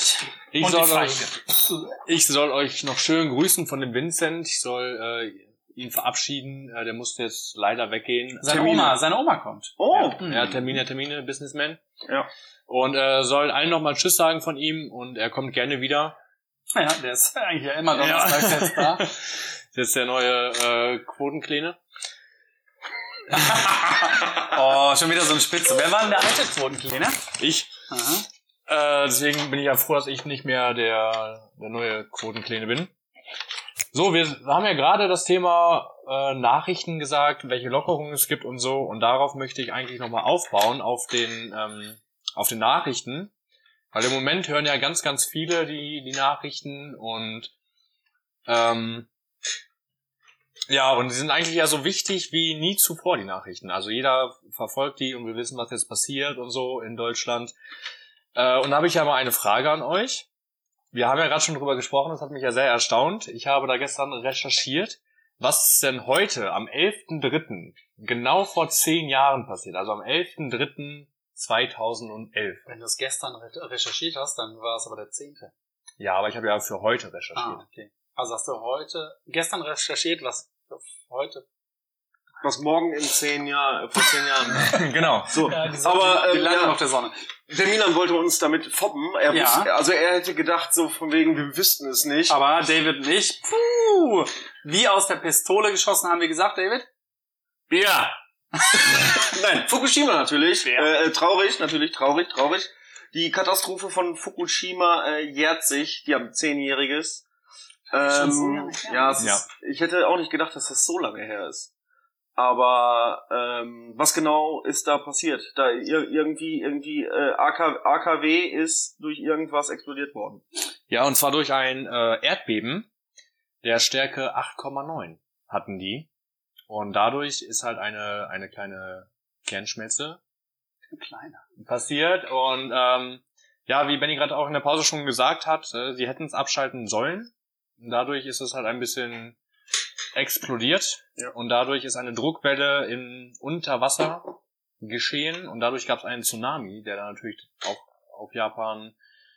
S2: Ich soll euch noch schön grüßen von dem Vincent. Ich soll ihn verabschieden. Der musste jetzt leider weggehen.
S5: Seine Oma kommt.
S3: Oh.
S2: Ja, Termine, Businessman.
S3: Ja.
S2: Und soll allen nochmal Tschüss sagen von ihm und er kommt gerne wieder.
S5: Ja, der ist eigentlich ja immer Donnerstag jetzt da.
S2: Das ist der neue Quotenkleine.
S5: Oh, schon wieder so ein Spitze. Wer war denn der alte Quotenkleine?
S2: Ich.
S5: Aha.
S2: Deswegen bin ich ja froh, dass ich nicht mehr der neue Quotenkleine bin. So, wir haben ja gerade das Thema Nachrichten gesagt, welche Lockerungen es gibt und so. Und darauf möchte ich eigentlich nochmal aufbauen, auf den Nachrichten. Weil im Moment hören ja ganz, ganz viele die Nachrichten und ja, und die sind eigentlich ja so wichtig wie nie zuvor, die Nachrichten. Also jeder verfolgt die und wir wissen, was jetzt passiert und so in Deutschland. Und da habe ich ja mal eine Frage an euch. Wir haben ja gerade schon drüber gesprochen, das hat mich ja sehr erstaunt. Ich habe da gestern recherchiert, was denn heute am 11.3. genau vor 10 Jahren passiert. Also am 11.3.2011.
S5: Wenn du es gestern recherchiert hast, dann war es aber der 10.
S2: Ja, aber ich habe ja für heute recherchiert.
S5: Ah, okay. Also hast du gestern recherchiert, was für heute?
S3: Was morgen vor 10 Jahren.
S2: Genau.
S3: So.
S5: Ja,
S3: Aber
S5: die landen auf der Sonne.
S3: der Milan wollte uns damit foppen. Er hätte gedacht, so von wegen, wir wüssten es nicht.
S5: Aber David nicht. Puh! Wie aus der Pistole geschossen, haben wir gesagt, David?
S3: Ja. Nein, Fukushima natürlich.
S5: Ja.
S3: Traurig. Die Katastrophe von Fukushima jährt sich. Die haben 10-jähriges.
S5: Schon so lange her?
S3: Ja,
S2: Ja.
S3: Ich hätte auch nicht gedacht, dass das so lange her ist. Aber was genau ist da passiert? Da irgendwie AKW ist durch irgendwas explodiert worden.
S2: Ja, und zwar durch ein Erdbeben der Stärke 8,9 hatten die. Und dadurch ist halt eine kleine Kernschmelze passiert. Und ja, wie Benny gerade auch in der Pause schon gesagt hat, sie hätten es abschalten sollen. Und dadurch ist es halt ein bisschen explodiert.
S3: Ja.
S2: Und dadurch ist eine Druckwelle unter Wasser geschehen. Und dadurch gab es einen Tsunami, der dann natürlich auch auf Japan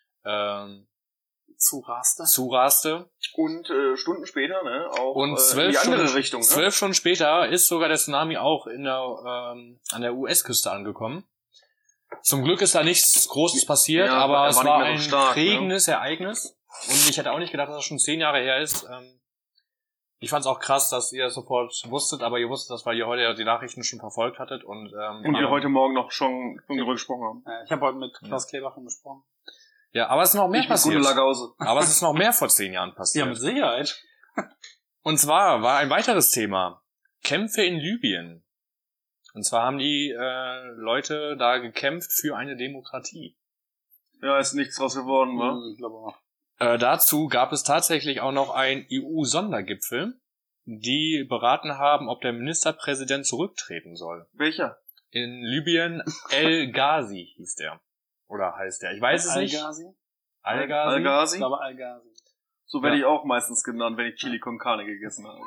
S2: zuraste.
S3: Und Stunden später, ne, auch
S2: Und
S3: in
S2: 12
S3: die andere
S2: Stunden,
S3: Richtung. Ne?
S2: 12 Stunden später ist sogar der Tsunami auch an der US-Küste angekommen. Zum Glück ist da nichts Großes passiert,
S3: Ja,
S2: aber
S3: er
S2: es
S3: war
S2: war
S3: nicht mehr
S2: ein
S3: so stark,
S2: prägendes Ereignis. Und ich hätte auch nicht gedacht, dass das schon 10 Jahre her ist. Ich fand es auch krass, dass ihr das sofort wusstet, aber ihr wusstet das, weil ihr heute die Nachrichten schon verfolgt hattet. Und
S3: wir heute Morgen noch schon darüber gesprochen haben.
S5: Ich habe heute mit Klaus Kleber schon gesprochen.
S2: ja, aber es ist noch mehr passiert.
S3: Gute Lagause.
S2: Aber es ist noch mehr vor 10 Jahren
S5: Ja,
S2: passiert.
S5: mit Sicherheit.
S2: Und zwar war ein weiteres Thema Kämpfe in Libyen. Und zwar haben die Leute da gekämpft für eine Demokratie.
S3: Ja, ist nichts draus geworden, wa?
S5: Ich glaube auch.
S2: Dazu gab es tatsächlich auch noch einen EU-Sondergipfel, die beraten haben, ob der Ministerpräsident zurücktreten soll.
S3: Welcher?
S2: In Libyen El Ghazi hieß der. Oder heißt der? Ich weiß es nicht.
S5: Al-Ghazi?
S2: Al-Ghazi?
S5: Ich
S3: Al-Ghazi?
S5: glaube Al-Ghazi.
S3: So werde ich auch meistens genannt, wenn ich Chili con Carne gegessen habe.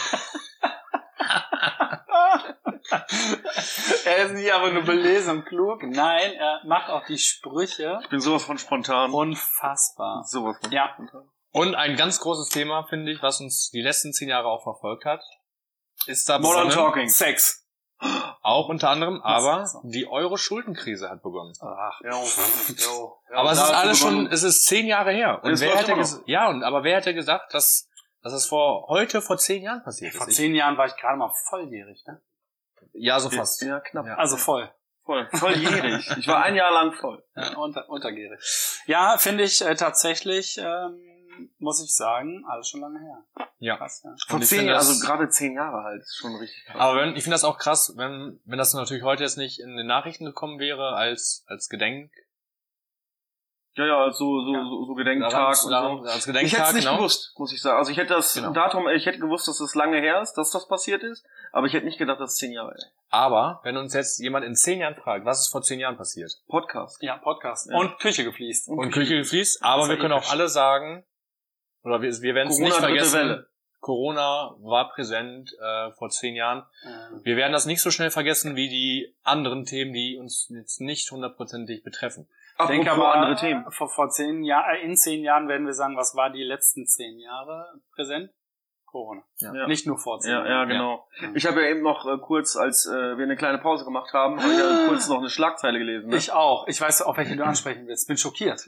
S5: Er ist nicht aber nur belesen und klug. Nein, er macht auch die Sprüche.
S3: Ich bin sowas von spontan.
S5: Unfassbar.
S3: Sowas von
S5: Ja.
S3: spontan.
S2: Und ein ganz großes Thema, finde ich, was uns die letzten 10 Jahre auch verfolgt hat, ist da
S3: Modern Talking.
S5: Sex.
S2: auch unter anderem, aber
S5: so.
S2: die Euro-Schuldenkrise hat begonnen.
S5: Ach,
S3: Jo.
S2: Aber es ist alles schon, es ist 10 Jahre her. Und
S3: Es
S2: wer
S3: läuft
S2: hätte
S3: immer noch.
S2: aber wer hätte gesagt, dass es vor 10 Jahren passiert
S5: vor
S2: ist?
S5: 10 Jahren war ich gerade mal volljährig, ne?
S2: Ja, so fast.
S3: Ja, knapp.
S2: Ja.
S5: Also voll.
S3: Volljährig. Ich war 1 Jahr lang voll.
S5: Untergierig. Ja, finde ich tatsächlich, muss ich sagen, alles schon lange her.
S2: Ja.
S5: Krass, ja.
S3: Vor
S2: Und ich
S3: 10
S2: finde
S3: Jahren,
S2: das-
S3: also gerade 10 Jahre halt, ist schon richtig krass.
S2: Aber ich finde das auch krass, wenn das natürlich heute jetzt nicht in den Nachrichten gekommen wäre als
S3: Ja, so Gedenktag und so.
S2: Als Gedenktag,
S3: Ich hätte es nicht
S2: genau.
S3: gewusst, muss ich sagen. Also ich hätte das Datum, ich hätte gewusst, dass es lange her ist, dass das passiert ist, aber ich hätte nicht gedacht, dass es 10 Jahre ist.
S2: Aber wenn uns jetzt jemand in 10 Jahren fragt, was ist vor 10 Jahren passiert?
S3: Podcast.
S5: Ja, Podcast.
S3: Ja.
S5: Und Küche gefließt.
S2: Und Küche gefließt, aber
S5: Das
S2: wir
S5: war
S2: können auch
S5: episch.
S2: alle sagen, oder wir werden es nicht
S3: Corona, dritte
S2: vergessen,
S3: Welle.
S2: Corona war präsent vor 10 Jahren. Wir werden das nicht so schnell vergessen wie die anderen Themen, die uns jetzt nicht hundertprozentig betreffen.
S5: Ich denke
S3: Apropos
S5: aber,
S3: andere Themen.
S5: vor 10 Jahren, in 10 Jahren werden wir sagen, was war die letzten 10 Jahre präsent? Corona.
S3: Ja.
S5: Nicht nur vor 10
S3: Ja,
S5: Jahren.
S3: genau. Ich habe ja eben noch kurz, als wir eine kleine Pause gemacht haben, habe ich ja kurz noch eine Schlagzeile gelesen. Ne?
S5: Ich auch. Ich weiß auch, welche du ansprechen willst. Bin schockiert.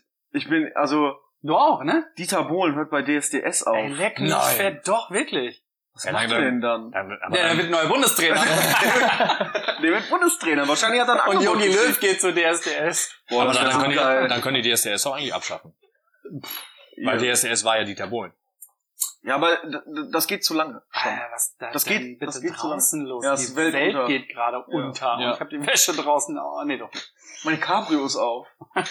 S3: Du
S5: auch, ne?
S3: Dieter Bohlen hört bei DSDS auf.
S5: Ey, leck mich
S2: Nein.
S5: fett. Doch, wirklich.
S3: Was macht er denn dann?
S5: Der wird neuer Bundestrainer.
S3: Der wird Bundestrainer. Wahrscheinlich hat er ein
S5: Und
S3: Angebot
S5: Jogi
S3: gekriegt.
S5: Löw geht zu DSDS.
S3: Boah,
S2: Aber
S3: das
S2: dann,
S3: wäre so
S2: können
S3: geil.
S2: dann können die DSDS auch eigentlich abschaffen. Weil DSDS war ja Dieter Bohlen.
S3: Ja, aber das geht zu lange. Schon.
S5: Alter, was da
S3: Das
S5: denn
S3: geht-
S5: bitte
S3: das geht so
S5: draußen los?
S3: Ja,
S5: die
S3: es
S5: Welt
S3: Welt unter.
S5: geht gerade unter.
S2: Ja.
S5: Und ich habe die Wäsche draußen. Oh, nee, doch nicht.
S3: Mein Cabrio ist auf.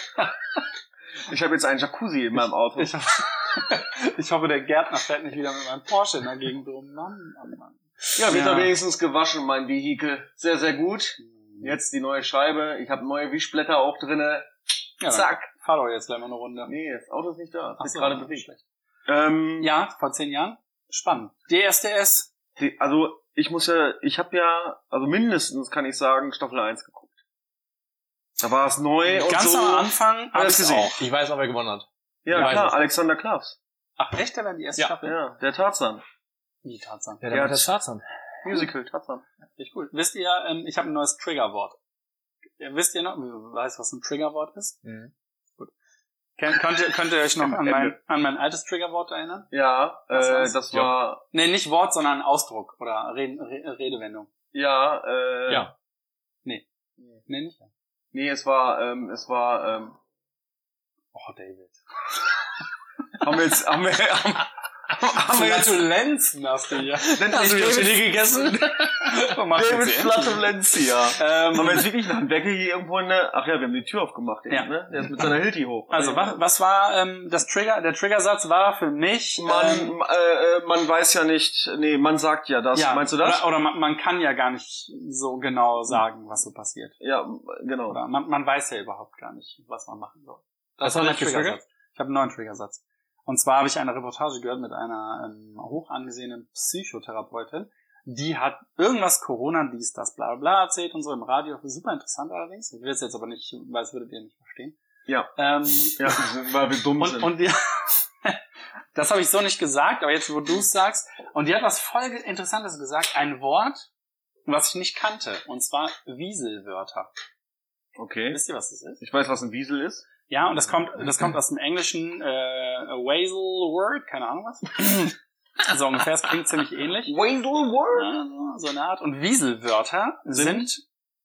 S3: Ich habe jetzt einen Jacuzzi in meinem Auto.
S5: Ich hoffe, der Gärtner fährt nicht wieder mit meinem Porsche in der Gegend rum. Mann.
S3: Ja, wird
S5: Ja.
S3: da wenigstens gewaschen, mein Vehikel. Sehr, sehr gut. Jetzt die neue Scheibe. Ich habe neue Wischblätter auch drinne.
S5: Ja,
S3: Zack.
S5: Fahr doch jetzt gleich mal eine Runde.
S3: Nee, das Auto ist nicht da.
S5: Ach
S3: Es
S5: so,
S3: wird gerade bewegt.
S5: schlecht.
S3: Ja.
S5: Ja, vor 10 Jahren. Spannend. DSDS.
S3: Also, ich habe ja, also mindestens kann ich sagen, Staffel 1 geguckt. Da war es neu und
S5: Ganz
S3: so.
S5: am Anfang habe
S3: Alles
S5: ich
S3: gesehen.
S5: auch.
S2: Ich weiß auch, wer gewonnen hat.
S3: Ja,
S2: Ich weiß
S3: klar,
S2: es.
S3: Alexander Klavs.
S5: Ach, echt? Der war die erste
S2: Ja.
S5: Staffel?
S3: Ja, der Tarzan.
S5: Die Tatsache.
S2: Ja,
S3: der
S2: der Tarzan.
S3: Musical, Tarzan.
S5: Richtig cool. Wisst ihr, ich habe ein neues Triggerwort. Wisst ihr noch, weißt was ein Triggerwort ist?
S2: Mhm.
S5: Könnt ihr euch noch an mein altes Triggerwort erinnern?
S3: Ja,
S5: Was war's?
S3: das war,
S5: Nee, nicht Wort, sondern Ausdruck oder Redewendung.
S3: ja,
S2: Ja.
S5: Nee, nicht.
S3: nee, es war,
S5: Oh, David.
S3: haben wir jetzt, haben wir jetzt,
S5: Flatulenzen hast du hier.
S3: Hast du
S5: David-
S3: Chili gegessen? David Flatulencia. Haben wir jetzt wirklich einen Handwerker hier irgendwo in der, ach ja, wir haben die Tür aufgemacht,
S5: Ja.
S3: ne? Der ist mit seiner Hilti hoch.
S5: Also, was war der Triggersatz war für mich...
S3: Man weiß ja nicht, nee, man sagt ja das.
S5: ja,
S3: Meinst du das?
S5: Oder man kann ja gar nicht so genau sagen, was so passiert.
S3: Ja, genau.
S5: Oder man weiß ja überhaupt gar nicht, was man machen soll.
S2: Was
S5: war
S2: hat
S5: mein
S2: dich getriggert?
S5: Triggersatz. Ich habe einen neuen Triggersatz. Und zwar habe ich eine Reportage gehört mit einer hoch angesehenen Psychotherapeutin. Die hat irgendwas Corona, dies, das, bla bla erzählt und so im Radio. Super interessant allerdings. Ich will es jetzt aber nicht, weil es würdet ihr nicht verstehen.
S3: Ja.
S5: Ja,
S3: Weil wir dumm sind.
S5: und die, das habe ich so nicht gesagt, aber jetzt, wo du es sagst. Und die hat was voll Interessantes gesagt. Ein Wort, was ich nicht kannte. Und zwar Wieselwörter.
S3: Okay.
S5: Wisst ihr, was das ist?
S3: Ich weiß, was ein Wiesel ist.
S5: Ja, und das kommt aus dem englischen Weasel Word, keine Ahnung was. So ungefähr, es klingt ziemlich ähnlich.
S3: Weasel Word?
S5: Ja, so eine Art. Und Wieselwörter sind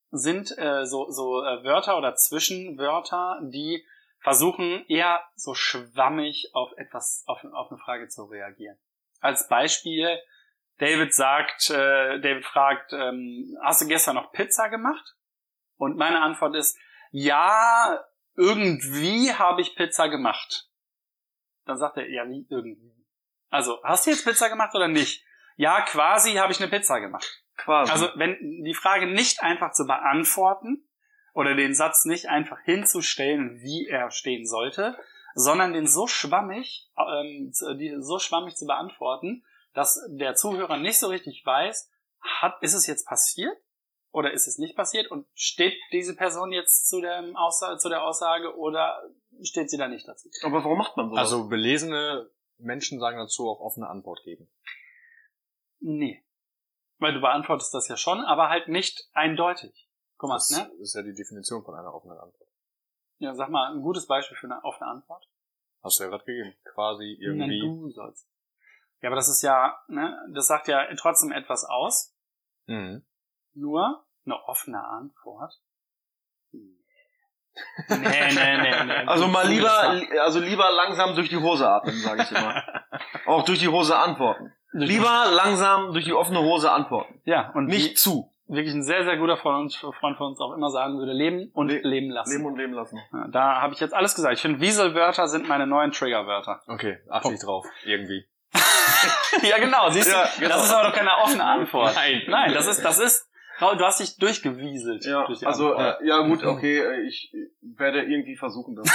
S5: Wörter oder Zwischenwörter, die versuchen eher so schwammig auf eine Frage zu reagieren. Als Beispiel, David fragt, hast du gestern noch Pizza gemacht? Und meine Antwort ist, ja, irgendwie habe ich Pizza gemacht. Dann sagt er, ja, wie irgendwie? Also, hast du jetzt Pizza gemacht oder nicht? Ja, quasi habe ich eine Pizza gemacht.
S3: Quasi.
S5: Also, wenn die Frage nicht einfach zu beantworten oder den Satz nicht einfach hinzustellen, wie er stehen sollte, sondern den so schwammig zu beantworten, dass der Zuhörer nicht so richtig weiß, ist es jetzt passiert oder ist es nicht passiert und steht diese Person jetzt zu der Aussage oder steht sie da nicht dazu?
S3: Aber warum macht man sowas?
S2: Also belesene Menschen sagen dazu auch offene Antwort geben.
S5: Nee. Weil du beantwortest das ja schon, aber halt nicht eindeutig. Guck mal,
S2: Das
S5: ne?
S2: ist ja die Definition von einer offenen Antwort.
S5: Ja, sag mal, ein gutes Beispiel für eine offene Antwort.
S2: Hast du ja gerade gegeben. Quasi irgendwie.
S5: Nein, du sollst. Ja, aber das ist ja, ne, das sagt ja trotzdem etwas aus.
S2: Mhm.
S5: Nur eine offene Antwort. Nee.
S3: Also lieber langsam durch die Hose atmen, sage ich immer. Auch durch die Hose antworten. Lieber langsam durch die offene Hose antworten.
S5: Ja, und
S3: Nicht zu.
S5: wirklich ein sehr, sehr guter Freund von uns auch immer sagen würde, leben und leben lassen.
S3: Leben und leben lassen.
S5: Ja, da habe ich jetzt alles gesagt. Ich finde, Wieselwörter sind meine neuen Triggerwörter.
S2: Okay, achte ich drauf. Irgendwie.
S5: Ja, genau, siehst du,
S3: Ja, genau.
S5: das ist aber doch keine offene Antwort.
S2: Nein.
S5: Das ist, du hast dich durchgewieselt.
S3: Ja,
S5: durch die
S3: also,
S5: Antwort.
S3: ja gut, okay, ich werde irgendwie versuchen, das.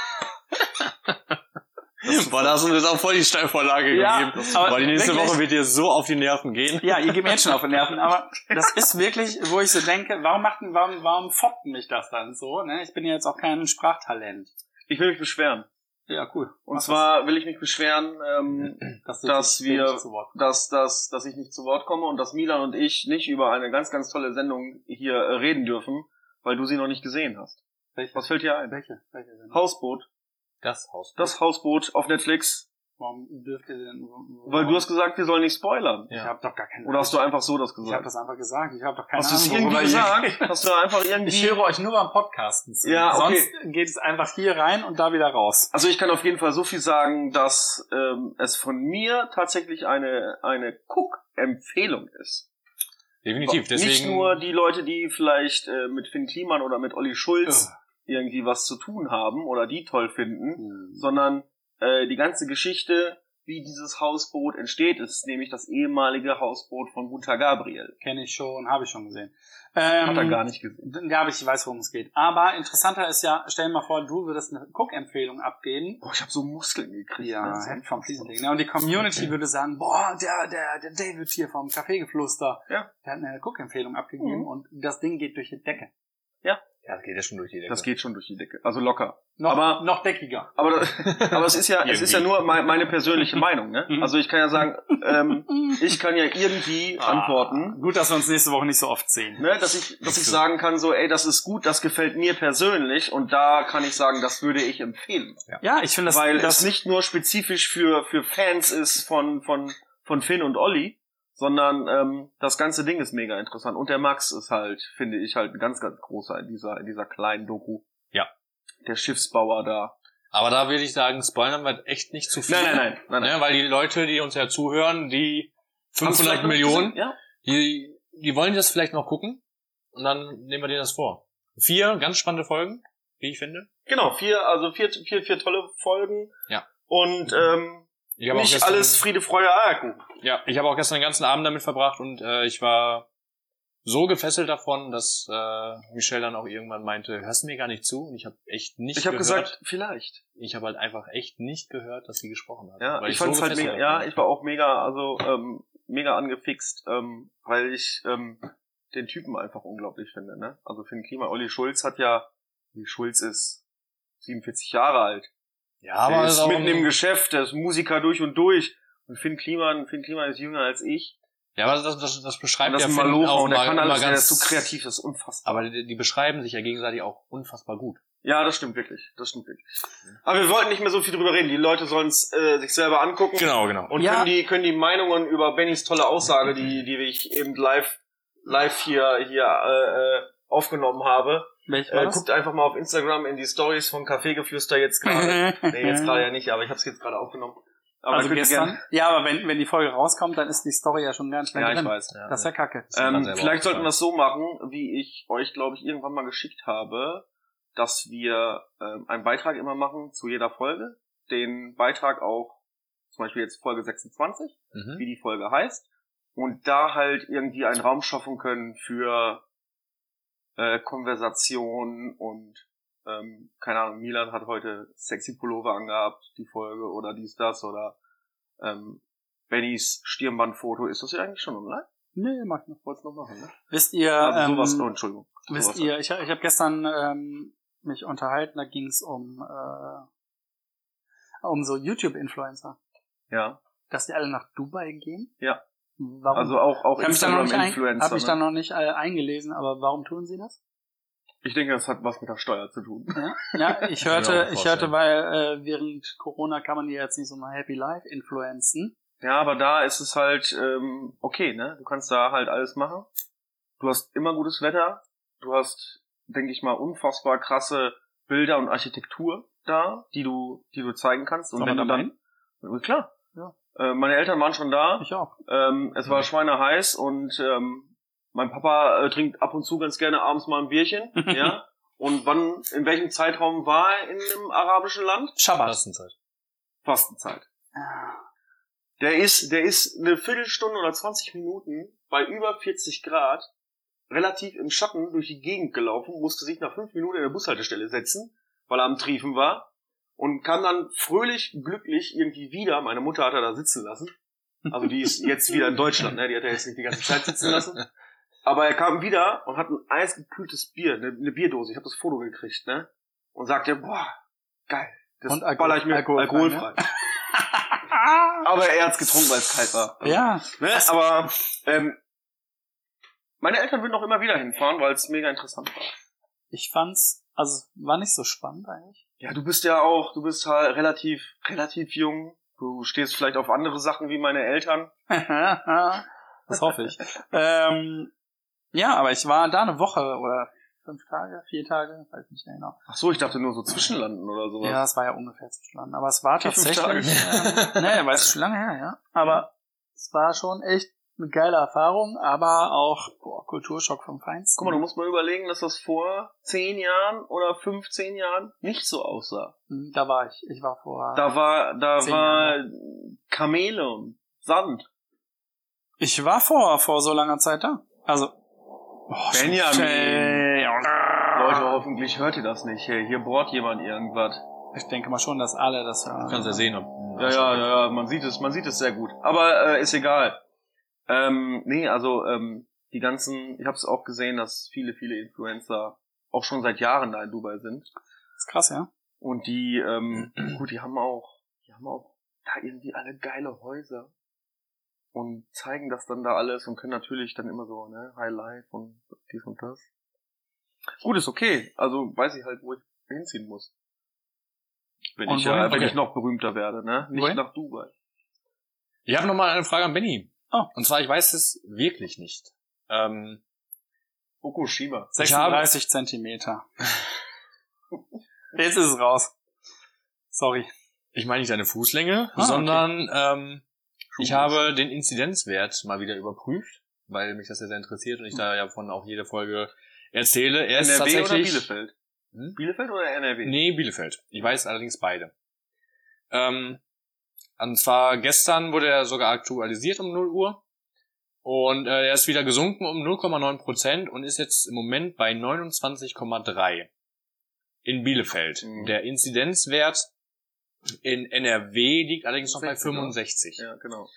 S2: Boah, da hast du uns jetzt auch voll die Steilvorlage
S5: Ja,
S2: gegeben.
S5: aber
S2: Boah, die nächste
S5: wirklich-
S2: Woche wird dir so auf die Nerven gehen.
S5: Ja, ihr geht mir jetzt schon auf den Nerven, aber das ist wirklich, wo ich so denke, warum foppt mich das dann so? Ne? Ich bin ja jetzt auch kein Sprachtalent.
S3: Ich will mich beschweren.
S5: Ja, cool.
S3: Und
S5: Mach
S3: zwar will ich mich beschweren,
S5: das,
S3: dass wir-
S5: nicht zu Wort.
S3: dass ich nicht zu Wort komme und dass Milan und ich nicht über eine ganz, ganz tolle Sendung hier reden dürfen, weil du sie noch nicht gesehen hast.
S5: Welche?
S3: Was fällt dir ein?
S5: Welche denn?
S3: Hausboot.
S2: Das Haus.
S3: Das Hausboot auf Netflix.
S5: Warum dürft ihr denn?
S3: Weil du hast gesagt, wir sollen nicht spoilern.
S5: Ich habe doch gar keine
S3: Oder hast du einfach so das
S5: Ich habe
S3: gesagt?
S5: das einfach gesagt. Ich habe doch keine
S3: Hast du es
S5: Ahnung,
S3: irgendwie
S5: worüber
S3: gesagt? Hast du einfach irgendwie...
S5: Ich höre euch nur beim Podcasten zu.
S3: Ja, okay.
S5: Sonst geht es einfach hier rein und da wieder raus.
S3: Also ich kann auf jeden Fall so viel sagen, dass es von mir tatsächlich eine Cook-Empfehlung ist.
S2: Definitiv, deswegen.
S3: Nicht nur die Leute, die vielleicht mit Finn Kliman oder mit Olli Schulz irgendwie was zu tun haben oder die toll finden, sondern die ganze Geschichte, wie dieses Hausboot entsteht, ist nämlich das ehemalige Hausboot von Gunther Gabriel.
S5: Kenne ich schon, habe ich schon gesehen.
S3: Hat er gar nicht gesehen.
S5: Ja, aber ich weiß, worum es geht. Aber interessanter ist ja, stell dir mal vor, du würdest eine Cook-Empfehlung abgeben.
S3: Boah, ich habe so Muskeln gekriegt.
S5: Ja,
S3: ne?
S5: Hemd vom Fliesenlegen. Ja, und die Community würde sagen, boah, der David hier vom Kaffeegeflüster,
S3: Ja.
S5: der hat eine Cook-Empfehlung abgegeben und das Ding geht durch die Decke.
S2: Ja, das geht ja schon durch die Decke.
S3: Das geht schon durch die Decke. Also locker.
S5: Noch deckiger.
S3: Aber es ist ja, es ist ja nur meine persönliche Meinung, ne? Also ich kann ja sagen, ich kann ja irgendwie antworten,
S5: Gut, dass wir uns nächste Woche nicht so oft sehen.
S3: ne, dass ich sagen kann, so, ey, das ist gut, das gefällt mir persönlich und da kann ich sagen, das würde ich empfehlen.
S5: Ja, ich finde
S3: Weil
S5: das
S3: es nicht nur spezifisch für Fans ist von Finn und Olli, sondern das ganze Ding ist mega interessant. Und der Max ist halt, finde ich, halt ein ganz, ganz großer in dieser kleinen Doku.
S2: Ja.
S3: Der Schiffsbauer da.
S2: Aber da würde ich sagen, spoilern wir echt nicht zu viel.
S3: Nein.
S2: Ne, weil die Leute, die uns ja zuhören, die 500 Millionen,
S3: Ja.
S2: die wollen das vielleicht noch gucken. Und dann nehmen wir denen das vor. 4 ganz spannende Folgen, wie ich finde.
S3: Genau, 4 tolle Folgen.
S2: Ja.
S3: Und
S2: Ich habe auch
S3: nicht
S2: gestern,
S3: alles Friede, Freude, Eierkuchen.
S2: Ja, ich habe auch gestern den ganzen Abend damit verbracht und ich war so gefesselt davon, dass Michelle dann auch irgendwann meinte, hörst du mir gar nicht zu? Und ich habe echt nicht
S3: Ich habe
S2: gehört.
S3: gesagt, vielleicht.
S2: Ich habe halt einfach echt nicht gehört, dass sie gesprochen hat.
S3: Ja,
S2: weil
S3: ich fand's
S2: so
S3: halt
S2: gefesselt
S3: mega,
S2: davon
S3: ja, ich war auch mega angefixt, weil ich den Typen einfach unglaublich finde, ne? Also Finn Kliman, Olli Schulz ist 47 Jahre alt.
S2: Ja,
S3: Der
S2: aber
S3: ist
S2: auch
S3: mitten im Geschäft, der ist Musiker durch und durch. Und Finn Kliman ist jünger als ich.
S2: Ja, aber das beschreibt
S3: Und das
S2: ja
S3: ist ein
S2: Finn
S3: Malocher
S2: auch
S3: und der
S2: mal,
S3: kann alles,
S2: immer
S3: der
S2: ganz,
S3: ist so kreativ, das ist unfassbar.
S2: Aber die beschreiben sich ja gegenseitig auch unfassbar gut.
S3: Ja, das stimmt wirklich. Aber wir wollten nicht mehr so viel drüber reden. Die Leute sollen es sich selber angucken.
S2: Genau.
S3: Und
S5: Ja.
S3: können die Meinungen über Bennys tolle Aussage, die ich eben live hier aufgenommen habe.
S5: Welche war das?
S3: Guckt einfach mal auf Instagram in die Stories von Kaffeegeflüster jetzt gerade. Nee, jetzt gerade ja nicht, aber ich habe es jetzt gerade aufgenommen. Aber
S5: Also
S3: da könnt ihr
S5: gestern?
S3: gerne-
S5: Ja, aber wenn die Folge rauskommt, dann ist die Story ja schon ganz schnell
S3: Ja, ich
S5: drin.
S3: weiß.
S5: Das ist ja kacke.
S3: Vielleicht sollten wir es so machen, wie ich euch, glaube ich, irgendwann mal geschickt habe, dass wir einen Beitrag immer machen zu jeder Folge. Den Beitrag auch, zum Beispiel jetzt Folge 26, wie die Folge heißt. Und da halt irgendwie einen Raum schaffen können für Konversation und keine Ahnung, Milan hat heute sexy Pullover angehabt, die Folge, oder dies, das, oder Bennys Stirnbandfoto. Ist das ja eigentlich schon online?
S5: Nee, mach ich noch.
S3: Wollt's noch machen, ne?
S5: Wisst ihr,
S3: Also sowas, Entschuldigung.
S5: wisst
S3: Sowas.
S5: ihr, ich hab gestern mich unterhalten, da ging es um so YouTube-Influencer,
S3: Ja.
S5: dass die alle nach Dubai gehen.
S3: Ja.
S5: Warum?
S3: Also auch
S5: Ich habe mich da noch nicht,
S3: Instagram-Influencer.
S5: hab mich da
S3: Ne?
S5: noch nicht eingelesen, aber warum tun sie das?
S3: Ich denke, das hat was mit der Steuer zu tun.
S5: Ja, ich
S2: Kann ich mir
S5: hörte,
S2: auch vorstellen.
S5: weil während Corona kann man ja jetzt nicht so eine Happy Life influenzen.
S3: Ja, aber da ist es halt okay, ne? Du kannst da halt alles machen. Du hast immer gutes Wetter. Du hast, denke ich mal, unfassbar krasse Bilder und Architektur da, die du zeigen kannst. Und
S5: Soll
S3: wenn
S5: man
S3: du
S5: da
S3: dann, klar.
S5: Ja.
S3: Meine Eltern waren schon da.
S5: Ich auch.
S3: Es war schweineheiß und Mein Papa trinkt ab und zu ganz gerne abends mal ein Bierchen, ja. Und in welchem Zeitraum war er in einem arabischen Land?
S5: Schabbat.
S3: Fastenzeit. Der ist eine Viertelstunde oder 20 Minuten bei über 40 Grad relativ im Schatten durch die Gegend gelaufen, musste sich nach 5 Minuten in der Bushaltestelle setzen, weil er am Triefen war und kam dann fröhlich, glücklich irgendwie wieder. Meine Mutter hat er da sitzen lassen. Also die ist jetzt wieder in Deutschland, ne? Die hat er jetzt nicht die ganze Zeit sitzen lassen. Aber er kam wieder und hat ein eisgekühltes Bier, eine Bierdose, ich habe das Foto gekriegt, ne? Und sagte, boah, geil, das
S5: und
S3: baller ich mir alkoholfrei.
S5: Ne?
S3: Aber er hat's getrunken, weil es kalt war. Also,
S5: ja.
S3: Ne? Aber meine Eltern würden noch immer wieder hinfahren, weil es mega interessant war.
S5: Ich fand's, also war nicht so spannend eigentlich.
S3: Ja, du bist halt relativ jung. Du stehst vielleicht auf andere Sachen wie meine Eltern.
S5: Das hoffe ich. Ja, aber ich war da eine Woche oder 5 Tage, 4 Tage, weiß nicht mehr genau.
S3: Ach so, ich dachte nur so Zwischenlanden oder sowas.
S5: Ja, es war ja ungefähr Zwischenlanden. Aber es war
S3: 4, 5
S5: tatsächlich, nee, war es schon lange her, ja. Aber es war schon echt eine geile Erfahrung, aber auch Kulturschock vom Feinsten.
S3: Guck mal, du musst mal überlegen, dass das vor 10 Jahren oder 15 Jahren nicht so aussah.
S5: Da war ich. Ich war vor...
S3: Da war Kamele und Sand.
S5: Ich war vor so langer Zeit da. Also...
S3: Benjamin! Leute, hoffentlich hört ihr das nicht. Hey, hier bohrt jemand irgendwas.
S5: Ich denke mal schon, dass alle das hören.
S2: Du kannst ja sehen, ob...
S3: Ja, man sieht es sehr gut. Aber ist egal. Die ganzen, ich habe es auch gesehen, dass viele Influencer auch schon seit Jahren da in Dubai sind.
S5: Das ist krass, ja.
S3: Und die, die haben auch da irgendwie alle geile Häuser und zeigen das dann da alles und können natürlich dann immer so, ne, High Life und dies und das. Gut, ist okay. Also weiß ich halt, wo ich hinziehen muss. Wenn ich noch berühmter werde, ne? Nicht nach Dubai.
S2: Ich habe nochmal eine Frage an Benny.
S5: Oh.
S2: Und zwar, ich weiß es wirklich nicht.
S3: Fukushima.
S5: 36 Zentimeter. Jetzt ist es raus. Sorry.
S2: Ich meine nicht deine Fußlänge, sondern ich habe den Inzidenzwert mal wieder überprüft, weil mich das ja sehr interessiert und ich da ja von auch jede Folge erzähle. Er ist
S3: NRW
S2: tatsächlich...
S3: oder Bielefeld? Bielefeld oder NRW?
S2: Nee, Bielefeld. Ich weiß allerdings beide. Und zwar gestern wurde er sogar aktualisiert um 0 Uhr. Und er ist wieder gesunken um 0,9% und ist jetzt im Moment bei 29,3 in Bielefeld.
S3: Mhm.
S2: Der Inzidenzwert in NRW liegt allerdings noch bei 65.
S3: Ja, genau.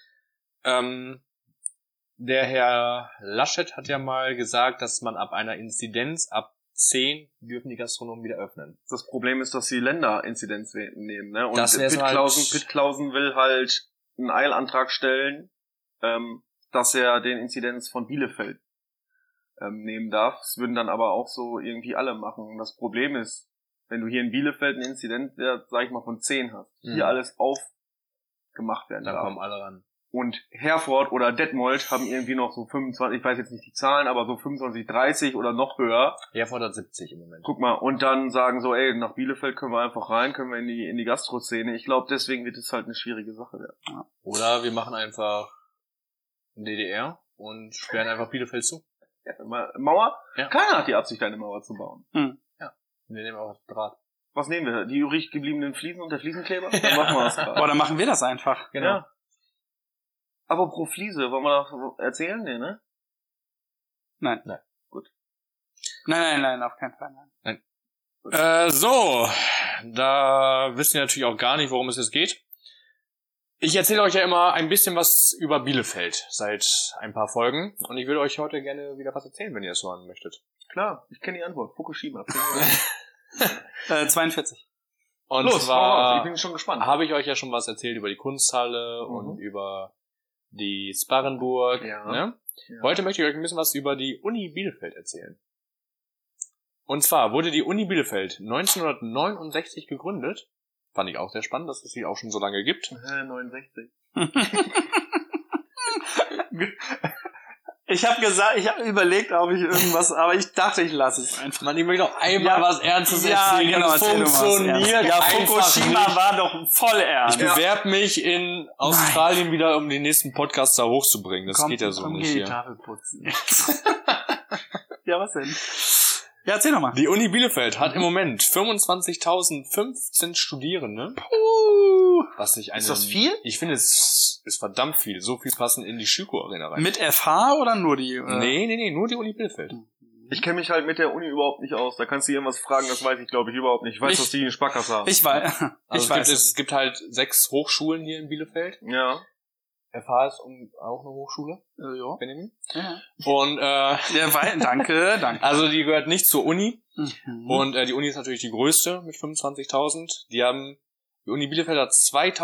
S2: Der Herr Laschet hat ja mal gesagt, dass man ab einer Inzidenz ab 10 dürfen die Gastronomen wieder öffnen.
S3: Das Problem ist, dass die Länder Inzidenzwerten nehmen, ne? Und
S2: Das
S3: Pitt-Klausen will halt einen Eilantrag stellen, dass er den Inzidenz von Bielefeld nehmen darf. Das würden dann aber auch so irgendwie alle machen. Und das Problem ist, wenn du hier in Bielefeld einen Inzidenzwert, sag ich mal, von 10 hast, hier alles aufgemacht werden
S2: Dann
S3: darf.
S2: kommen alle ran.
S3: Und Herford oder Detmold haben irgendwie noch so 25, ich weiß jetzt nicht die Zahlen, aber so 25, 30 oder noch höher.
S2: Herford hat 70 im Moment.
S3: Guck mal, und dann sagen so, ey, nach Bielefeld können wir einfach rein, können wir in die Gastro-Szene. Ich glaube, deswegen wird es halt eine schwierige Sache werden.
S5: Ja.
S2: Oder wir machen einfach DDR und sperren einfach Bielefeld zu.
S3: Ja, Mauer?
S2: Ja.
S3: Keiner hat die Absicht, eine Mauer zu bauen.
S2: Ja. Wir nehmen auch Draht.
S3: Was nehmen wir? Die übrig gebliebenen Fliesen und der Fliesenkleber? Dann machen wir das gerade.
S5: Boah, dann machen wir das einfach.
S2: Genau.
S3: Ja. Aber pro Fliese, wollen wir da erzählen? Nee, ne?
S5: Nein.
S2: Nein.
S3: Gut.
S5: Nein, auf keinen Fall. Nein.
S2: So, da wissen wir natürlich auch gar nicht, worum es jetzt geht. Ich erzähle euch ja immer ein bisschen was über Bielefeld seit ein paar Folgen und ich würde euch heute gerne wieder was erzählen, wenn ihr es hören möchtet.
S3: Klar, ich kenne die Antwort. Fukushima.
S5: 42.
S2: Und
S3: Los,
S2: zwar
S3: ich bin schon gespannt.
S2: habe ich euch ja schon was erzählt über die Kunsthalle und über die Sparrenburg.
S3: Ja.
S2: Ne?
S3: Ja.
S2: Heute möchte ich euch ein bisschen was über die Uni Bielefeld erzählen. Und zwar wurde die Uni Bielefeld 1969 gegründet. Fand ich auch sehr spannend, dass es sie auch schon so lange gibt.
S3: 69.
S5: Ich habe überlegt, ob ich irgendwas, aber ich dachte, ich lasse es einfach.
S2: Man, ich möchte doch einmal was Ernstes erzählen.
S5: Genau,
S2: das
S5: erzähl doch mal was
S2: funktioniert
S5: Ernstes. Ja,
S2: einfach
S5: Fukushima
S2: nicht.
S5: war doch voll ernst.
S2: Ich bewerbe mich in Australien wieder, um den nächsten Podcast da hochzubringen. Das geht ja so
S5: komm,
S2: nicht
S5: geh die
S2: hier.
S5: Tafel putzen. Ja, was denn? Ja, erzähl doch mal.
S2: Die Uni Bielefeld hat im Moment 25.015 Studierende. Was nicht
S3: Ist das viel?
S2: Ich finde, es ist verdammt viel. So viel passen in die Schüko Arena rein.
S5: Mit FH oder nur die?
S2: Nee, nur die Uni Bielefeld.
S3: Ich kenne mich halt mit der Uni überhaupt nicht aus. Da kannst du irgendwas fragen, das weiß ich, glaube ich, überhaupt nicht. Ich weiß, dass die eine Sparkasse haben.
S5: Ich weiß.
S2: Also es gibt halt 6 Hochschulen hier in Bielefeld.
S3: Ja.
S2: FH ist auch eine Hochschule.
S5: Ja.
S2: Benjamin.
S5: Ja.
S2: Und
S5: Danke.
S2: also die gehört nicht zur Uni.
S5: Mhm.
S2: Und die Uni ist natürlich die größte mit 25.000. Die Uni Bielefeld hat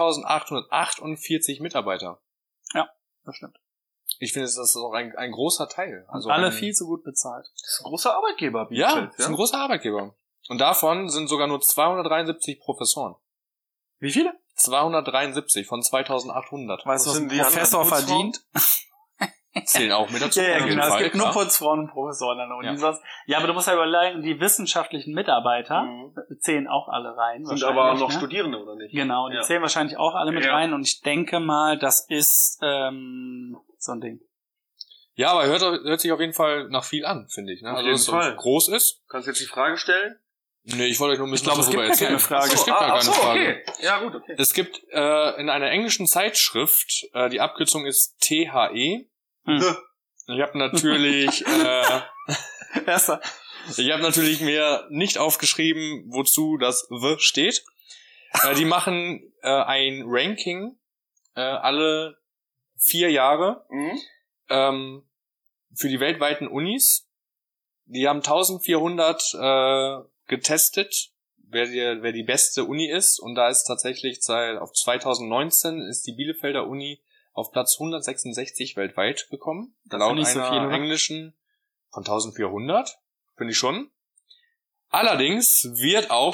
S2: 2.848 Mitarbeiter.
S5: Ja, das stimmt.
S2: Ich finde, das ist auch ein großer Teil. Also
S5: alle viel zu gut bezahlt.
S3: Das ist ein großer Arbeitgeber,
S2: Ja,
S3: Bielefeld,
S2: ist ein großer Arbeitgeber. Und davon sind sogar nur 273 Professoren.
S5: Wie viele?
S2: 273 von 2.800.
S5: Weißt du, was ein
S3: sind die
S5: Professor
S3: anderen Putzfrauen?
S5: verdient?
S2: Zählen auch mit dazu.
S5: Ja,
S2: auf jeden
S5: genau. Es
S2: Fall,
S5: gibt nur
S2: klar.
S5: Putzfrauen und Professoren an der Uni.
S2: Ja.
S5: Ja, aber du musst ja überlegen, die wissenschaftlichen Mitarbeiter zählen auch alle rein.
S3: Sind
S5: wahrscheinlich,
S3: aber noch
S5: ne?
S3: Studierende, oder nicht?
S5: Genau, die
S3: Ja.
S5: zählen wahrscheinlich auch alle mit
S3: Ja.
S5: rein. Und ich denke mal, das ist so ein Ding.
S2: Ja, aber hört sich auf jeden Fall nach viel an, finde ich. Ne?
S3: Auf
S2: Also,
S3: jeden
S2: dass es
S3: Fall.
S2: groß ist.
S3: Kannst du jetzt die Frage stellen?
S2: Nee, ich wollte euch nur ein bisschen
S5: Ich glaube,
S2: was
S5: es
S2: darüber
S5: gibt
S2: erzählen.
S5: keine Frage.
S2: Es gibt gar keine Frage.
S3: okay. Ja, gut, okay.
S2: Es gibt in einer englischen Zeitschrift, die Abkürzung ist THE. Ich habe natürlich
S5: Erster.
S2: Ich habe natürlich mir nicht aufgeschrieben, wozu das The steht. Die machen ein Ranking alle 4 Jahre für die weltweiten Unis. Die haben 1400 getestet, wer die beste Uni ist. Und da ist tatsächlich auf 2019 ist die Bielefelder Uni auf Platz 166 weltweit gekommen.
S5: Das ist
S2: laut
S5: nicht so
S2: einer
S5: viel, oder?
S2: englischen von 1400. Finde ich schon. Allerdings wird auch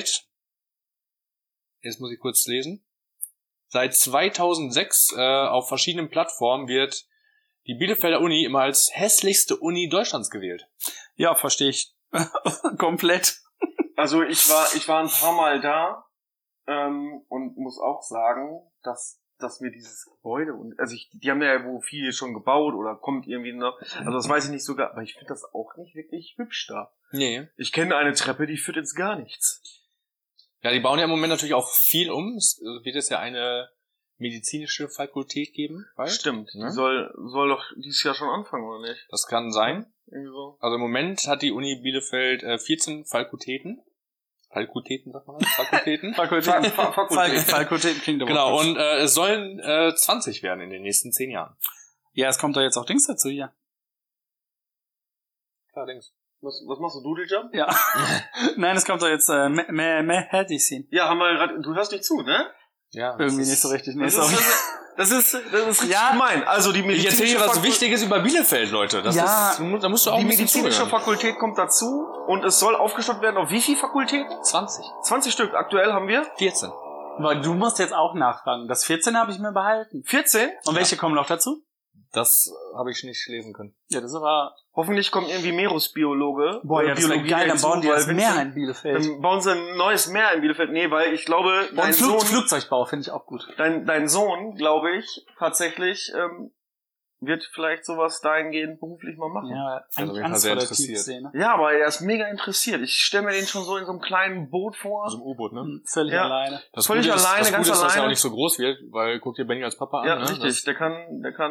S2: jetzt muss ich kurz lesen, seit 2006 auf verschiedenen Plattformen wird die Bielefelder Uni immer als hässlichste Uni Deutschlands gewählt.
S5: Ja, verstehe ich. Komplett.
S3: Also ich war ein paar Mal da und muss auch sagen, dass mir dieses Gebäude und die haben ja wo viel schon gebaut oder kommt irgendwie noch, also das weiß ich nicht sogar, aber ich finde das auch nicht wirklich hübsch da.
S2: Nee.
S3: Ich kenne eine Treppe, die führt ins gar nichts.
S2: Ja, die bauen ja im Moment natürlich auch viel um. Es wird es ja eine medizinische Fakultät geben. Bald.
S3: Stimmt.
S2: Ne?
S3: Die soll doch dieses Jahr schon anfangen, oder nicht?
S2: Das kann sein.
S3: Irgendwie so.
S2: Also im Moment hat die Uni Bielefeld 14 Fakultäten. Fakultäten, sagt man das? Fakultäten?
S5: Fakultäten klingt aber
S2: Genau,
S5: gut.
S2: und es sollen 20 werden in den nächsten 10 Jahren.
S5: Ja, es kommt da jetzt auch Dings dazu hier.
S2: Allerdings.
S3: Was machst du, Doodle-Jump?
S5: Ja. Nein, es kommt doch jetzt Medicine.
S3: Ja, haben wir gerade, du hörst nicht zu, ne?
S2: Ja.
S5: Irgendwie nicht so richtig. Nee,
S3: Das
S5: sorry.
S3: ist richtig
S5: Ja.
S3: gemein. Also die
S2: Ich
S3: medizinische
S2: erzähle dir was
S3: Fakultät,
S2: Wichtiges über Bielefeld, Leute. Das
S5: Ja,
S2: ist, da musst du auch
S3: die
S2: ein bisschen
S3: medizinische
S2: zuhören.
S3: Fakultät kommt dazu und es soll aufgestockt werden auf wie viel Fakultäten?
S2: 20.
S3: 20 Stück. Aktuell haben wir
S2: 14.
S5: Aber du musst jetzt auch nachfragen. Das 14 habe ich mir behalten.
S3: 14.
S5: Und welche kommen noch dazu?
S2: Das habe ich nicht lesen können.
S5: Ja, das war...
S3: Hoffentlich kommt irgendwie Meeresbiologe.
S5: Boah, ja, das wäre geil. Dann
S3: dazu,
S5: bauen die
S3: weil
S5: das
S3: wenn
S5: Meer
S3: sie-
S5: in Bielefeld.
S3: Dann bauen sie ein neues Meer in Bielefeld. Nee, weil ich glaube,
S5: Und Flugzeugbau finde ich auch gut.
S3: dein Sohn, glaube ich, tatsächlich wird vielleicht sowas dahingehend beruflich mal machen.
S5: Ja,
S2: auf
S5: eigentlich
S2: jeden Fall
S5: Angst
S2: sehr
S5: vor der
S2: interessiert.
S5: Tiefsee, ne?
S3: Ja, aber er ist mega interessiert. Ich stelle mir den schon so in so einem kleinen Boot vor.
S2: Also im U-Boot, ne?
S5: Völlig
S3: Ja.
S5: alleine.
S2: Das
S3: Völlig
S2: Gute ist,
S3: alleine,
S2: das
S3: ganz
S2: Gute ist, dass er
S3: alleine.
S2: auch nicht so groß wird, weil guck dir Benny als Papa an.
S3: Ja,
S2: ne?
S3: richtig. Der kann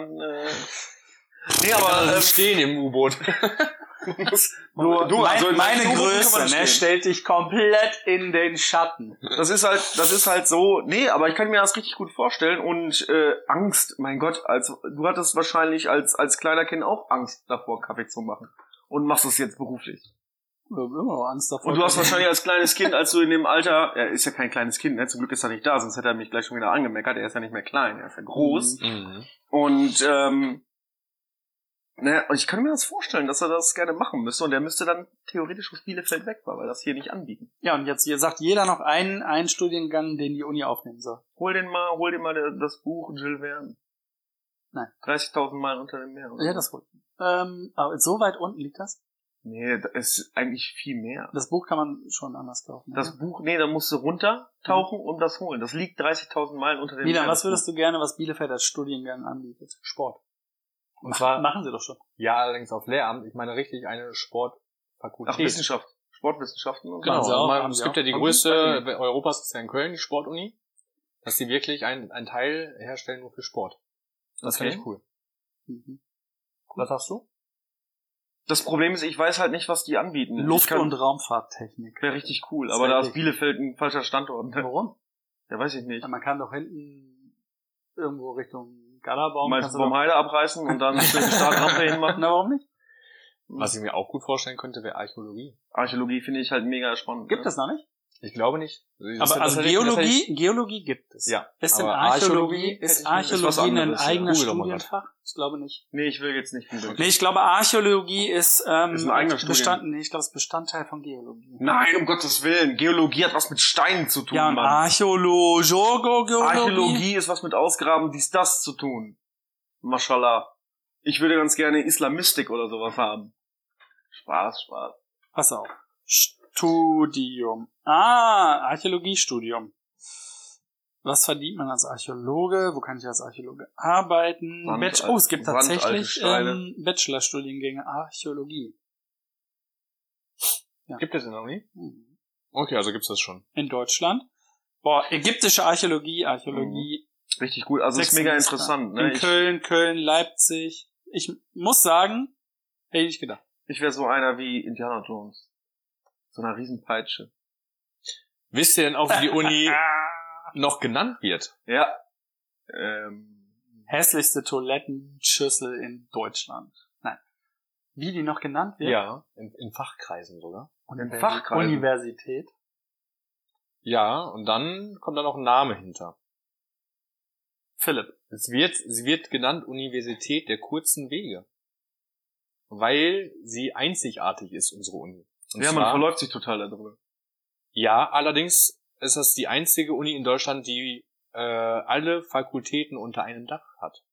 S3: nee,
S2: Aber
S3: aber
S2: stehen im U-Boot.
S5: Meine
S3: in
S5: Größe,
S3: kann man
S5: ne,
S3: stehen.
S5: stellt dich komplett in den Schatten.
S3: Das ist halt so, nee, aber ich kann mir das richtig gut vorstellen und Angst, mein Gott, du hattest wahrscheinlich als kleiner Kind auch Angst davor, Kaffee zu machen und machst es jetzt beruflich.
S5: Ich hab immer noch Angst davor.
S3: Und du hast wahrscheinlich als kleines Kind, als du in dem Alter, er ist ja kein kleines Kind, ne? Zum Glück ist er nicht da, sonst hätte er mich gleich schon wieder angemeckert, er ist ja nicht mehr klein, er ist ja groß.
S2: Mhm.
S3: Und und ich kann mir das vorstellen, dass er das gerne machen müsste und er müsste dann theoretisch aus Bielefeld weg, weil wir das hier nicht anbieten.
S5: Ja, und jetzt sagt jeder noch einen Studiengang, den die Uni aufnehmen soll.
S3: Hol dir mal das Buch Jules Verne.
S5: Nein.
S3: 30.000 Meilen unter dem Meer. Oder?
S5: Ja, das wohl. Aber so weit unten liegt das?
S3: Nee, das ist eigentlich viel mehr.
S5: Das Buch kann man schon anders kaufen.
S3: Das Buch, nee, da musst du runtertauchen und das holen. Das liegt 30.000 Meilen unter dem
S5: Milan,
S3: Meer.
S5: was würdest du gerne, was Bielefeld als Studiengang anbietet?
S2: Sport. Und zwar,
S5: Machen sie doch schon.
S2: ja, allerdings auf Lehramt. Ich meine richtig eine Sportfakultät.
S3: Ach, Wissenschaft. Sportwissenschaften und so.
S2: Genau,
S5: Machen sie auch,
S2: man,
S5: haben
S2: es
S5: sie
S2: gibt
S5: auch.
S2: ja die
S3: Haben
S2: größte
S3: sie?
S2: Europas, ist ja in Köln, die Sportuni, dass die wirklich ein Teil herstellen nur für Sport. Das
S3: Okay.
S2: finde ich cool.
S5: Mhm.
S2: Was sagst du?
S3: Das Problem ist, ich weiß halt nicht, was die anbieten.
S5: Luft- und Raumfahrttechnik.
S3: Wäre richtig cool,
S5: Das
S3: aber
S5: wär
S3: da ist
S5: richtig.
S3: Bielefeld ein falscher Standort.
S5: Warum?
S3: Ja, weiß ich nicht.
S5: Ja, man kann doch hinten irgendwo Richtung Gallerbaum.
S3: Meinst
S5: kannst
S3: du
S5: du
S3: vom Heide abreißen und dann schön die Startrampe
S5: doch-
S3: hinmachen?
S5: Na, warum nicht?
S2: Was ich mir auch gut vorstellen könnte, wäre Archäologie.
S3: Archäologie finde ich halt mega spannend.
S5: Gibt es noch nicht?
S2: Ich glaube nicht. Das
S5: Aber also
S2: hätte ich- das hätte ich-
S5: Geologie gibt es.
S2: Ja,
S5: Ist denn
S2: aber
S5: Archäologie,
S2: hätte
S5: ist
S2: ich nicht-
S3: ist was
S5: Archäologie ein
S3: anderes, ja.
S5: eigenes
S2: Google doch mal
S5: Studienfach? Ich glaube nicht.
S3: Nee, ich will jetzt nicht googeln.
S5: Nee, ich glaube Archäologie ist,
S3: Ist ein eigener
S5: ich glaube, es ist Bestandteil von Geologie.
S3: Nein, um Gottes Willen. Geologie hat was mit Steinen zu tun,
S5: Ja, und
S3: Mann.
S5: Archäologie.
S3: Archäologie ist was mit Ausgraben, das zu tun. Mashallah. Ich würde ganz gerne Islamistik oder sowas haben. Spaß.
S5: Pass auf. Studium. Archäologiestudium. Was verdient man als Archäologe? Wo kann ich als Archäologe arbeiten? Es gibt
S3: Sandalte
S5: tatsächlich
S3: Steine.
S5: Bachelorstudiengänge Archäologie.
S2: Gibt es in der Uni?
S5: Hm.
S2: Okay, also gibt's das schon.
S5: In Deutschland. Boah, ägyptische Archäologie,
S3: Richtig gut. Also ist
S5: 6
S3: mega
S5: Semester.
S3: interessant. Ne?
S5: In Köln, Leipzig. Ich muss sagen, hätte ich gedacht.
S3: Ich wäre so einer wie Indiana Jones. So einer Riesenpeitsche.
S2: Wisst ihr denn auch, wie die Uni noch genannt wird?
S3: Ja.
S5: Hässlichste Toilettenschüssel in Deutschland. Nein. Wie die noch genannt wird?
S2: Ja, in Fachkreisen sogar.
S3: In Fachkreisen.
S5: Universität.
S2: Ja, und dann kommt da noch ein Name hinter.
S5: Philipp.
S2: Sie wird genannt Universität der kurzen Wege. Weil sie einzigartig ist, unsere Uni. Und
S3: Ja, man
S2: zwar-
S3: verläuft sich total da drin.
S2: Ja, allerdings ist das die einzige Uni in Deutschland, die alle Fakultäten unter einem Dach hat.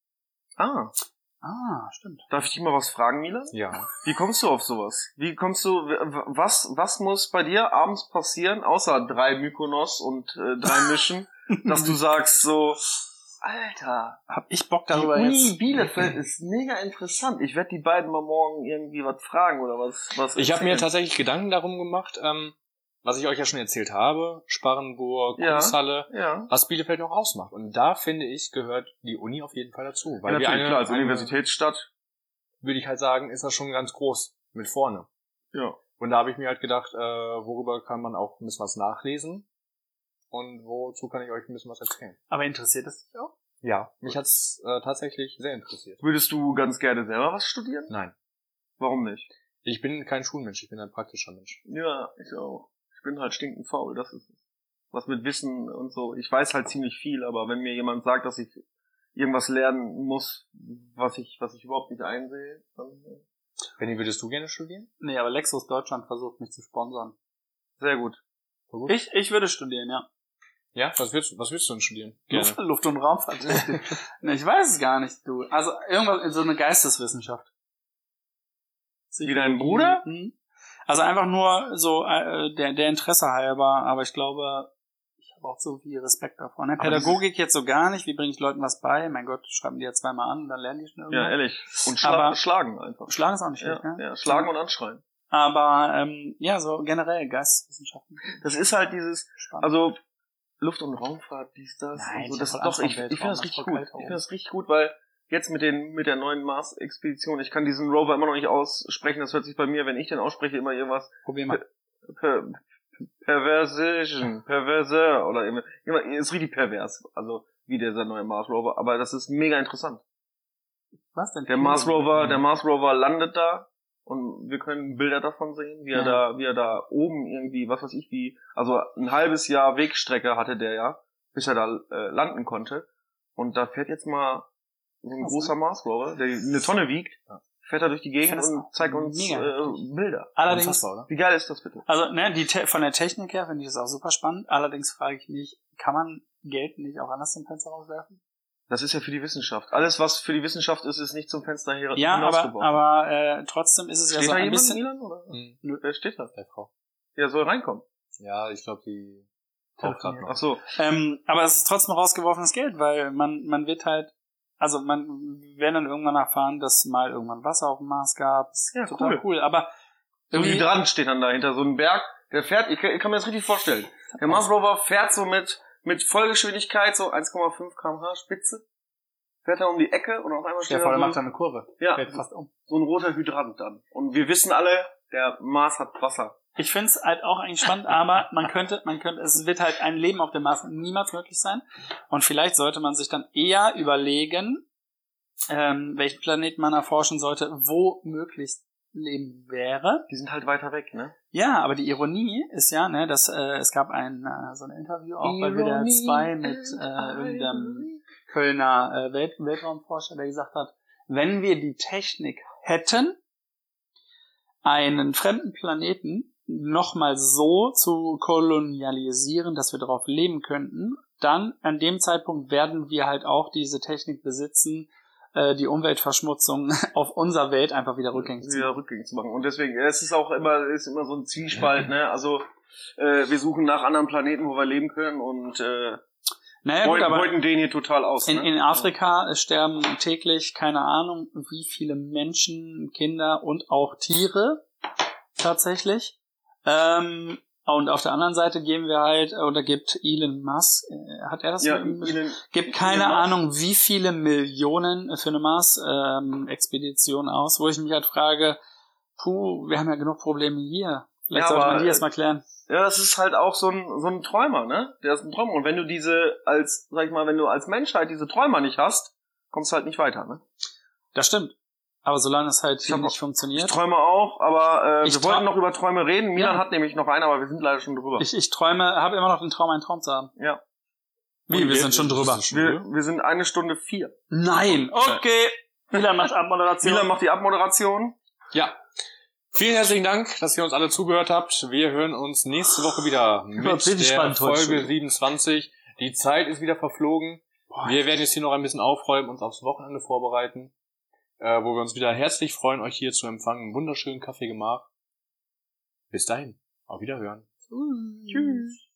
S5: Stimmt.
S3: Darf ich dich mal was fragen, Mila?
S2: Ja.
S3: Wie kommst du auf sowas? Wie kommst du, was muss bei dir abends passieren, außer 3 Mykonos und 3 Mischen, dass du sagst so, Alter,
S5: Hab ich Bock
S3: die
S5: darüber
S3: Uni
S5: jetzt?
S3: Bielefeld ist mega interessant. Ich werde die beiden mal morgen irgendwie was fragen oder was
S2: Ich habe mir
S3: erzählen.
S2: tatsächlich Gedanken darum gemacht, was ich euch ja schon erzählt habe, Sparrenburg,
S3: Ja.
S2: Kunsthalle,
S3: Ja.
S2: was Bielefeld noch ausmacht. Und da, finde ich, gehört die Uni auf jeden Fall dazu. Weil
S3: Ja,
S2: wir
S3: natürlich, klar, als
S2: eine,
S3: Universitätsstadt.
S2: würde ich halt sagen, ist das schon ganz groß mit vorne.
S3: Ja.
S2: Und da habe ich mir halt gedacht, worüber kann man auch ein bisschen was nachlesen und wozu kann ich euch ein bisschen was erzählen.
S5: Aber interessiert es dich auch?
S2: Ja, mich hat's tatsächlich sehr interessiert.
S3: Würdest du ganz gerne selber was studieren?
S2: Nein,
S3: Warum nicht?
S2: ich bin kein Schulmensch, ich bin ein praktischer Mensch.
S3: Ja, ich auch. Ich bin halt stinkend faul, das ist es. Was mit Wissen und so. Ich weiß halt ziemlich viel, aber wenn mir jemand sagt, dass ich irgendwas lernen muss, was ich überhaupt nicht einsehe, dann
S2: Benni, würdest du gerne studieren?
S5: Nee, aber Lexus Deutschland versucht mich zu sponsern.
S3: sehr gut.
S5: Ich würde studieren, ja.
S2: Ja, was willst du denn studieren?
S5: Luft- und Raumfahrt. Nee, ich weiß es gar nicht, du. Also irgendwas, so eine Geisteswissenschaft.
S3: Wie dein Bruder?
S5: Mhm. Also einfach nur so der Interesse halber, aber ich glaube, ich habe auch so viel Respekt davor. Ne?
S3: Aber das
S5: Pädagogik jetzt so gar nicht, wie bringe ich Leuten was bei? Mein Gott, schreiben die ja zweimal an, dann lernen die schnell
S3: Ja,
S5: irgendwas.
S3: ehrlich. Und
S5: Aber-
S3: schlagen einfach.
S5: Schlagen ist auch nicht
S3: Ja,
S5: schlecht, ne?
S3: ja, schlagen und anschreien.
S5: Aber ja, so generell Geisteswissenschaften.
S3: Das ist halt dieses,
S5: Spannend.
S3: also Luft- und Raumfahrt, dies, das
S5: Nein,
S3: und so.
S5: ich
S3: Das
S5: hab voll
S3: doch,
S5: Angst
S3: ich
S5: vor
S3: finde
S5: Weltraum,
S3: das
S5: das
S3: richtig
S5: ist
S3: gut.
S5: voll kalt
S3: Ich
S5: da
S3: finde das richtig gut, weil jetzt mit der neuen Mars-Expedition, ich kann diesen Rover immer noch nicht aussprechen, das hört sich bei mir, wenn ich den ausspreche, immer irgendwas
S5: Probier mal.
S3: Perverse oder immer ist richtig pervers, also wie dieser neue Mars Rover, aber das ist mega interessant.
S5: Was denn?
S3: Der Mars Rover landet da und wir können Bilder davon sehen, wie er da oben irgendwie, was weiß ich wie, also ein halbes Jahr Wegstrecke hatte der ja, bis er da landen konnte. Und da fährt jetzt mal so ein
S5: Krass,
S3: großer Mars Rover, der eine Tonne wiegt, fährt er durch die Gegend
S5: Das ist
S3: und zeigt uns
S5: mega
S3: Bilder.
S5: Allerdings,
S2: Unfassbar, oder?
S3: Wie geil ist das bitte?
S5: also ne, von der Technik her finde ich das auch super spannend. Allerdings frage ich mich, kann man Geld nicht auch anders zum Fenster rauswerfen?
S3: Das ist ja für die Wissenschaft. Alles, was für die Wissenschaft ist, ist nicht zum Fenster
S5: Ja,
S3: hinausgeworfen.
S5: aber trotzdem ist es
S3: Steht
S5: ja so
S3: da
S5: ein
S3: jemand,
S5: bisschen...
S3: Milan? Oder?
S2: Nö,
S3: Wer steht da?
S2: der Frau.
S3: Der soll reinkommen.
S2: Ja, ich glaube, die taucht gerade noch.
S3: Ach so.
S5: aber es ist trotzdem rausgeworfenes Geld, weil man wird halt... Also man werden dann irgendwann erfahren, dass mal irgendwann Wasser auf dem Mars gab. Das ist
S3: Ja,
S5: total cool. Aber
S3: So ein
S5: irgendwie...
S3: Hydrant steht dann dahinter, so ein Berg, der fährt, ich kann mir das richtig vorstellen. Der Mars Rover fährt so mit Vollgeschwindigkeit, so 1,5 km/h Spitze, fährt er um die Ecke und auf einmal steht
S5: Der Vorder
S3: da
S5: macht dann eine Kurve.
S3: ja,
S5: Fällt fast um.
S3: so ein roter Hydrant dann. Und wir wissen alle, der Mars hat Wasser.
S5: Ich find's halt auch eigentlich spannend, aber man könnte, es wird halt ein Leben auf dem Mars niemals möglich sein. Und vielleicht sollte man sich dann eher überlegen, welchen Planeten man erforschen sollte, wo möglichst Leben wäre.
S3: Die sind halt weiter weg, ne?
S5: Ja, aber die Ironie ist ja, ne, dass es gab so ein Interview auch bei WDR 2 mit irgendeinem Kölner Weltraumforscher, der gesagt hat, wenn wir die Technik hätten, einen fremden Planeten nochmal so zu kolonialisieren, dass wir darauf leben könnten, dann an dem Zeitpunkt werden wir halt auch diese Technik besitzen, die Umweltverschmutzung auf unserer Welt einfach wieder rückgängig zu
S3: machen. Und deswegen, es ist auch immer so ein Zwiespalt, ne? Also wir suchen nach anderen Planeten, wo wir leben können und beuten den hier total aus.
S5: In Afrika sterben täglich, keine Ahnung, wie viele Menschen, Kinder und auch Tiere tatsächlich. Und auf der anderen Seite geben wir halt, oder gibt Elon Musk, hat er das?
S3: Ja,
S5: gibt keine Ahnung, wie viele Millionen für eine Mars-Expedition aus, wo ich mich halt frage, wir haben ja genug Probleme hier. Vielleicht sollte man die erstmal klären.
S3: Ja, das ist halt auch so ein Träumer, ne? Der ist ein Träumer. Und wenn du wenn du als Menschheit diese Träumer nicht hast, kommst du halt nicht weiter, ne?
S5: Das stimmt. Aber solange es halt hier nicht funktioniert.
S3: Ich träume auch, aber wir wollten noch über Träume reden. Milan hat nämlich noch einen, aber wir sind leider schon drüber.
S5: Ich habe immer noch den Traum, einen Traum zu haben.
S3: Ja.
S5: Wie, wir sind schon drüber?
S3: Wir sind 1:04.
S5: Nein, okay. Milan macht Abmoderation.
S3: Milan macht die Abmoderation.
S2: Ja. Vielen herzlichen Dank, dass ihr uns alle zugehört habt. Wir hören uns nächste Woche wieder mit der Folge 27. Die Zeit ist wieder verflogen. Wir werden jetzt hier noch ein bisschen aufräumen, uns aufs Wochenende vorbereiten, wo wir uns wieder herzlich freuen, euch hier zu empfangen. Einen wunderschönen Kaffeegemach. Bis dahin. Auf Wiederhören.
S3: Tschüss.